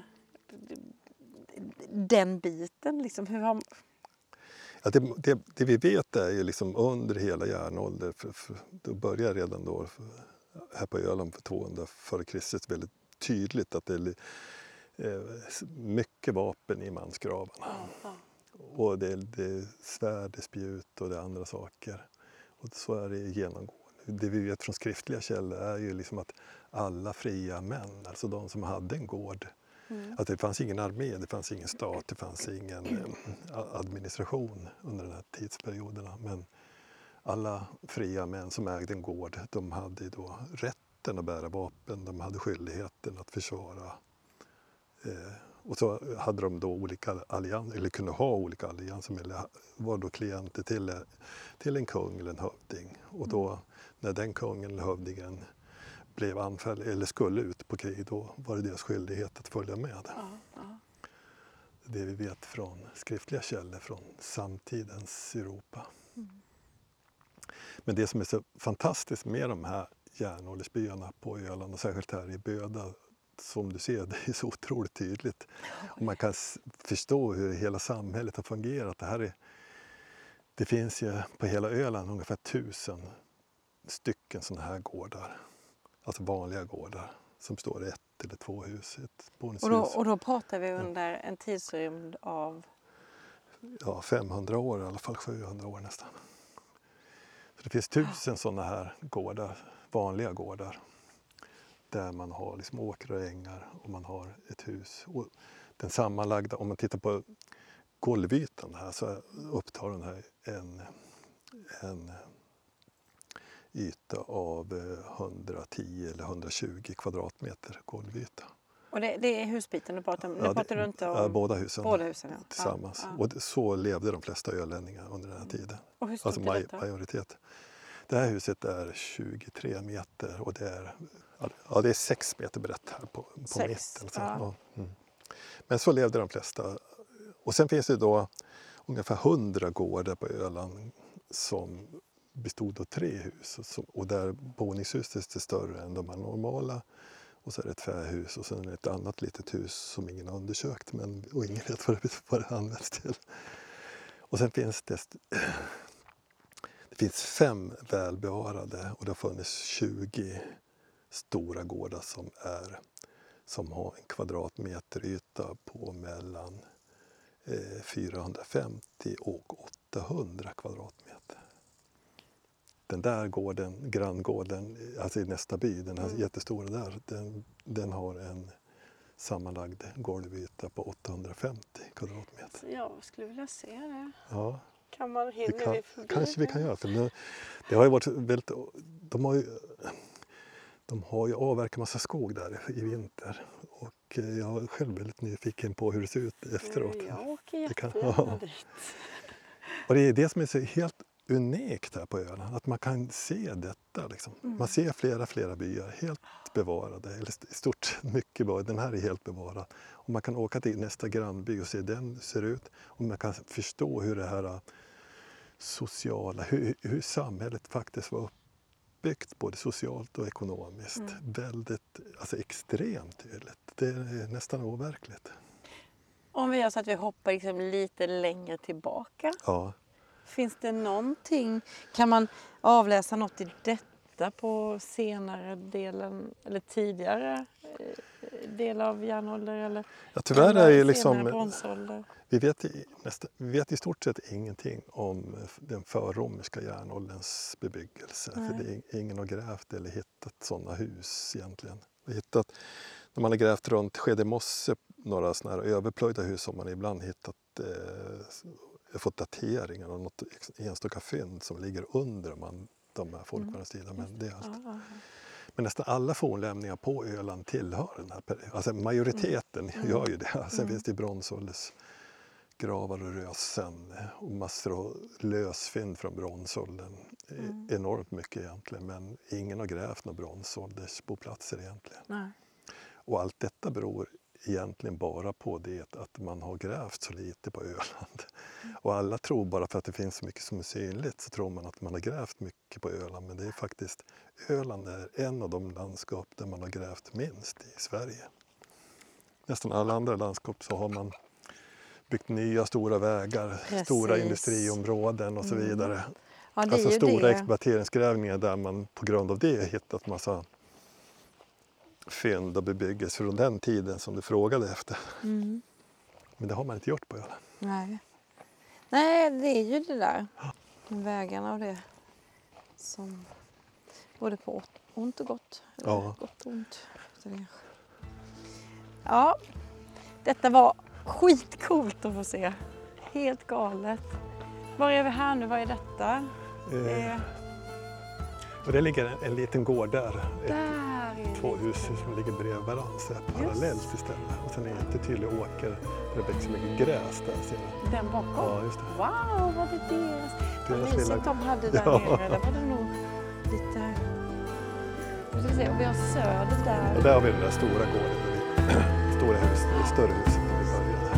den biten? Liksom, hur har... Ja, det, det, det vi vet är ju liksom under hela järnåldern, för, för, det börjar redan då för, här på Öland för tvåhundra före Kristus väldigt tydligt att det är eh, mycket vapen i mansgravarna. Ja, ja. Och det är, det är svärd, det är spjut och det är andra saker. Och så är det genomgående. Det vi vet från skriftliga källor är ju liksom att alla fria män, alltså de som hade en gård, Mm. att det fanns ingen armé, det fanns ingen stat, det fanns ingen eh, administration under den här tidsperioderna. Men alla fria män som ägde en gård, de hade då rätten att bära vapen, de hade skyldigheten att försvara. Eh, och så hade de då olika allianser, eller kunde ha olika allianser, eller var då klienter till, till en kung eller en hövding. Och då när den kungen eller hövdingen blev anfall eller skulle ut på krig, då var det deras skyldighet att följa med. Ja, ja. Det vi vet från skriftliga källor från samtidens Europa. Mm. Men det som är så fantastiskt med de här järnåldersbyarna på Öland och särskilt här i Böda, som du ser, det är så otroligt tydligt. Och man kan s- förstå hur hela samhället har fungerat. Det, här är, det finns ju på hela Öland ungefär tusen stycken sådana här gårdar. Alltså vanliga gårdar som står i ett eller två hus. Ett Och, då, boningshus. och då pratar vi under en tidsrymd av... Ja, femhundra år i alla fall, sjuhundra år nästan. Så det finns tusen sådana här gårdar, vanliga gårdar. Där man har liksom åkrar och ängar och man har ett hus. Och den sammanlagda, om man tittar på golvytan här, så upptar den här en, en yta av hundratio eller hundratjugo kvadratmeter golvyta. Och det, det är husbiten du pratar om? Nu Ja, pratar det- du inte om ja, båda husen, båda husen? Ja. tillsammans. Ja, ja. Och det- så levde de flesta ölänningar under den här tiden. Och hur stort Alltså är maj, detta? majoritet. Det här huset är tjugotre meter och det är, ja, det är sex meter brett här på, på Sex, mitten. Så, ja. ja. Mm. Men så levde de flesta. Och sen finns det då ungefär hundra gårdar på Öland som bestod av tre hus. Och, som, och där boningshuset är större än de här normala. Och så är det ett fähus och sen är det ett annat litet hus som ingen har undersökt men, och ingen vet vad det, vad det används till. Och sen finns det, det finns fem välbevarade och det har funnits tjugo stora gårdar som, är, som har en kvadratmeter yta på mellan eh, fyrahundrafemtio och åttahundra kvadratmeter. Den där gården, granngården, alltså i nästa by, den här Mm. jättestora där, den, den har en sammanlagd golvyta på åttahundrafemtio kvadratmeter. Jag skulle vilja se det. Ja, Kan man det hinna kan, vi förbi kanske vi det? kan göra. För det, det har ju varit väldigt, de har ju, de har ju avverkat massa skog där i vinter. Och eh, jag är själv väldigt nyfiken på hur det ser ut efteråt. Jag åker Det kan- jättegärna ja. dit. Och det är det som är så helt unikt här på Öland, att man kan se detta. Liksom. Mm. Man ser flera, flera byar helt bevarade, eller i stort sett mycket bevarade. Den här är helt bevarad. Och man kan åka till nästa grannby och se hur den ser ut. Och man kan förstå hur det här sociala, hur, hur samhället faktiskt var uppbyggt både socialt och ekonomiskt. Mm. Väldigt, alltså extremt tydligt. Det är nästan overkligt. Om vi gör så att vi hoppar liksom lite längre tillbaka. Ja. Finns det någonting, kan man avläsa något i detta på senare delen eller tidigare eh, del av järnålder eller, Ja, tyvärr är eller ju senare liksom, bronsålder? vi vet, i, nästa, vi vet i stort sett ingenting om den förromerska järnålderns bebyggelse. Nej. För det är, ingen har grävt eller hittat sådana hus egentligen. Vi har hittat, när man har grävt runt Skedemosse, några sådana här överplöjda hus har man ibland hittat eh, fått dateringar och något enstaka fynd som ligger under man, de här folkvandringstiderna. Men det är allt. Ja, ja, ja. Men nästan alla fornlämningar på Öland tillhör den här perioden. Alltså majoriteten mm. gör ju det. Sen mm. finns det bronsåldersgravar och rösen och massor av lösfynd från bronsåldern. Mm. Enormt mycket egentligen, men ingen har grävt några bronsåldersboplatser egentligen. Nej. Och allt detta beror egentligen bara på det att man har grävt så lite på Öland. Mm. Och alla tror bara för att det finns så mycket som är synligt så tror man att man har grävt mycket på Öland. Men det är faktiskt, Öland är en av de landskap där man har grävt minst i Sverige. Nästan alla andra landskap så har man byggt nya stora vägar, Precis. stora industriområden och så vidare. Mm. Ja, alltså stora det. exploateringsgrävningar där man på grund av det har hittat massa fynd och bebyggelse från den tiden som du frågade efter. Mm. Men det har man inte gjort på Öland. Nej. Nej, det är ju det där. Vägarna och det som både på ont och gott. Ja. Gott och ont. Ja, detta var skitcoolt att få se. Helt galet. Var är vi här nu? Vad är detta? Eh. Eh. Och det ligger en, en liten gård där. Där. Två hus som ligger bredvid varandra så här, parallellt istället. Och sen är det en jättetydlig åker där det växer mycket gräs där. Ser jag. Den bakom? Ja, just det. Wow, vad det är deras. Deras lilla... de hade där ja. nere. Där var det nog lite... Jag ska se, och vi har söder där. Och där har vi den där stora gården. Stora huset, det större huset där vi började.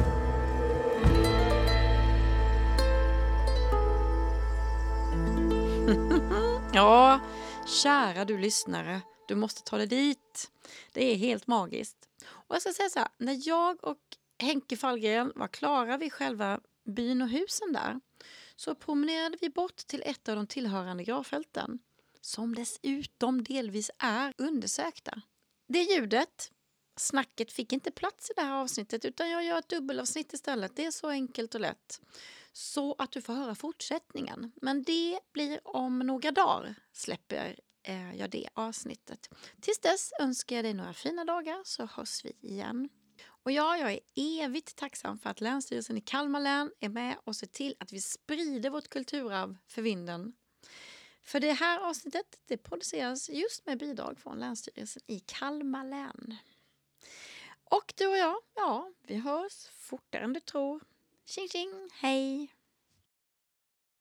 Ja, kära du lyssnare. Du måste ta dig dit. Det är helt magiskt. Och jag ska säga så här, när jag och Henke Fallgren var klara vid själva byn och husen där så promenerade vi bort till ett av de tillhörande gravfälten som dessutom delvis är undersökta. Det ljudet, snacket fick inte plats i det här avsnittet utan jag gör ett dubbelavsnitt istället. Det är så enkelt och lätt. Så att du får höra fortsättningen. Men det blir om några dagar släpper jag det avsnittet. Tills dess önskar jag dig några fina dagar så hörs vi igen. Och ja, jag är evigt tacksam för att Länsstyrelsen i Kalmar län är med och ser till att vi sprider vårt kulturarv för vinden. För det här avsnittet det produceras just med bidrag från Länsstyrelsen i Kalmar län. Och du och jag, ja, vi hörs fortare än du tror. Tjing tjing, hej!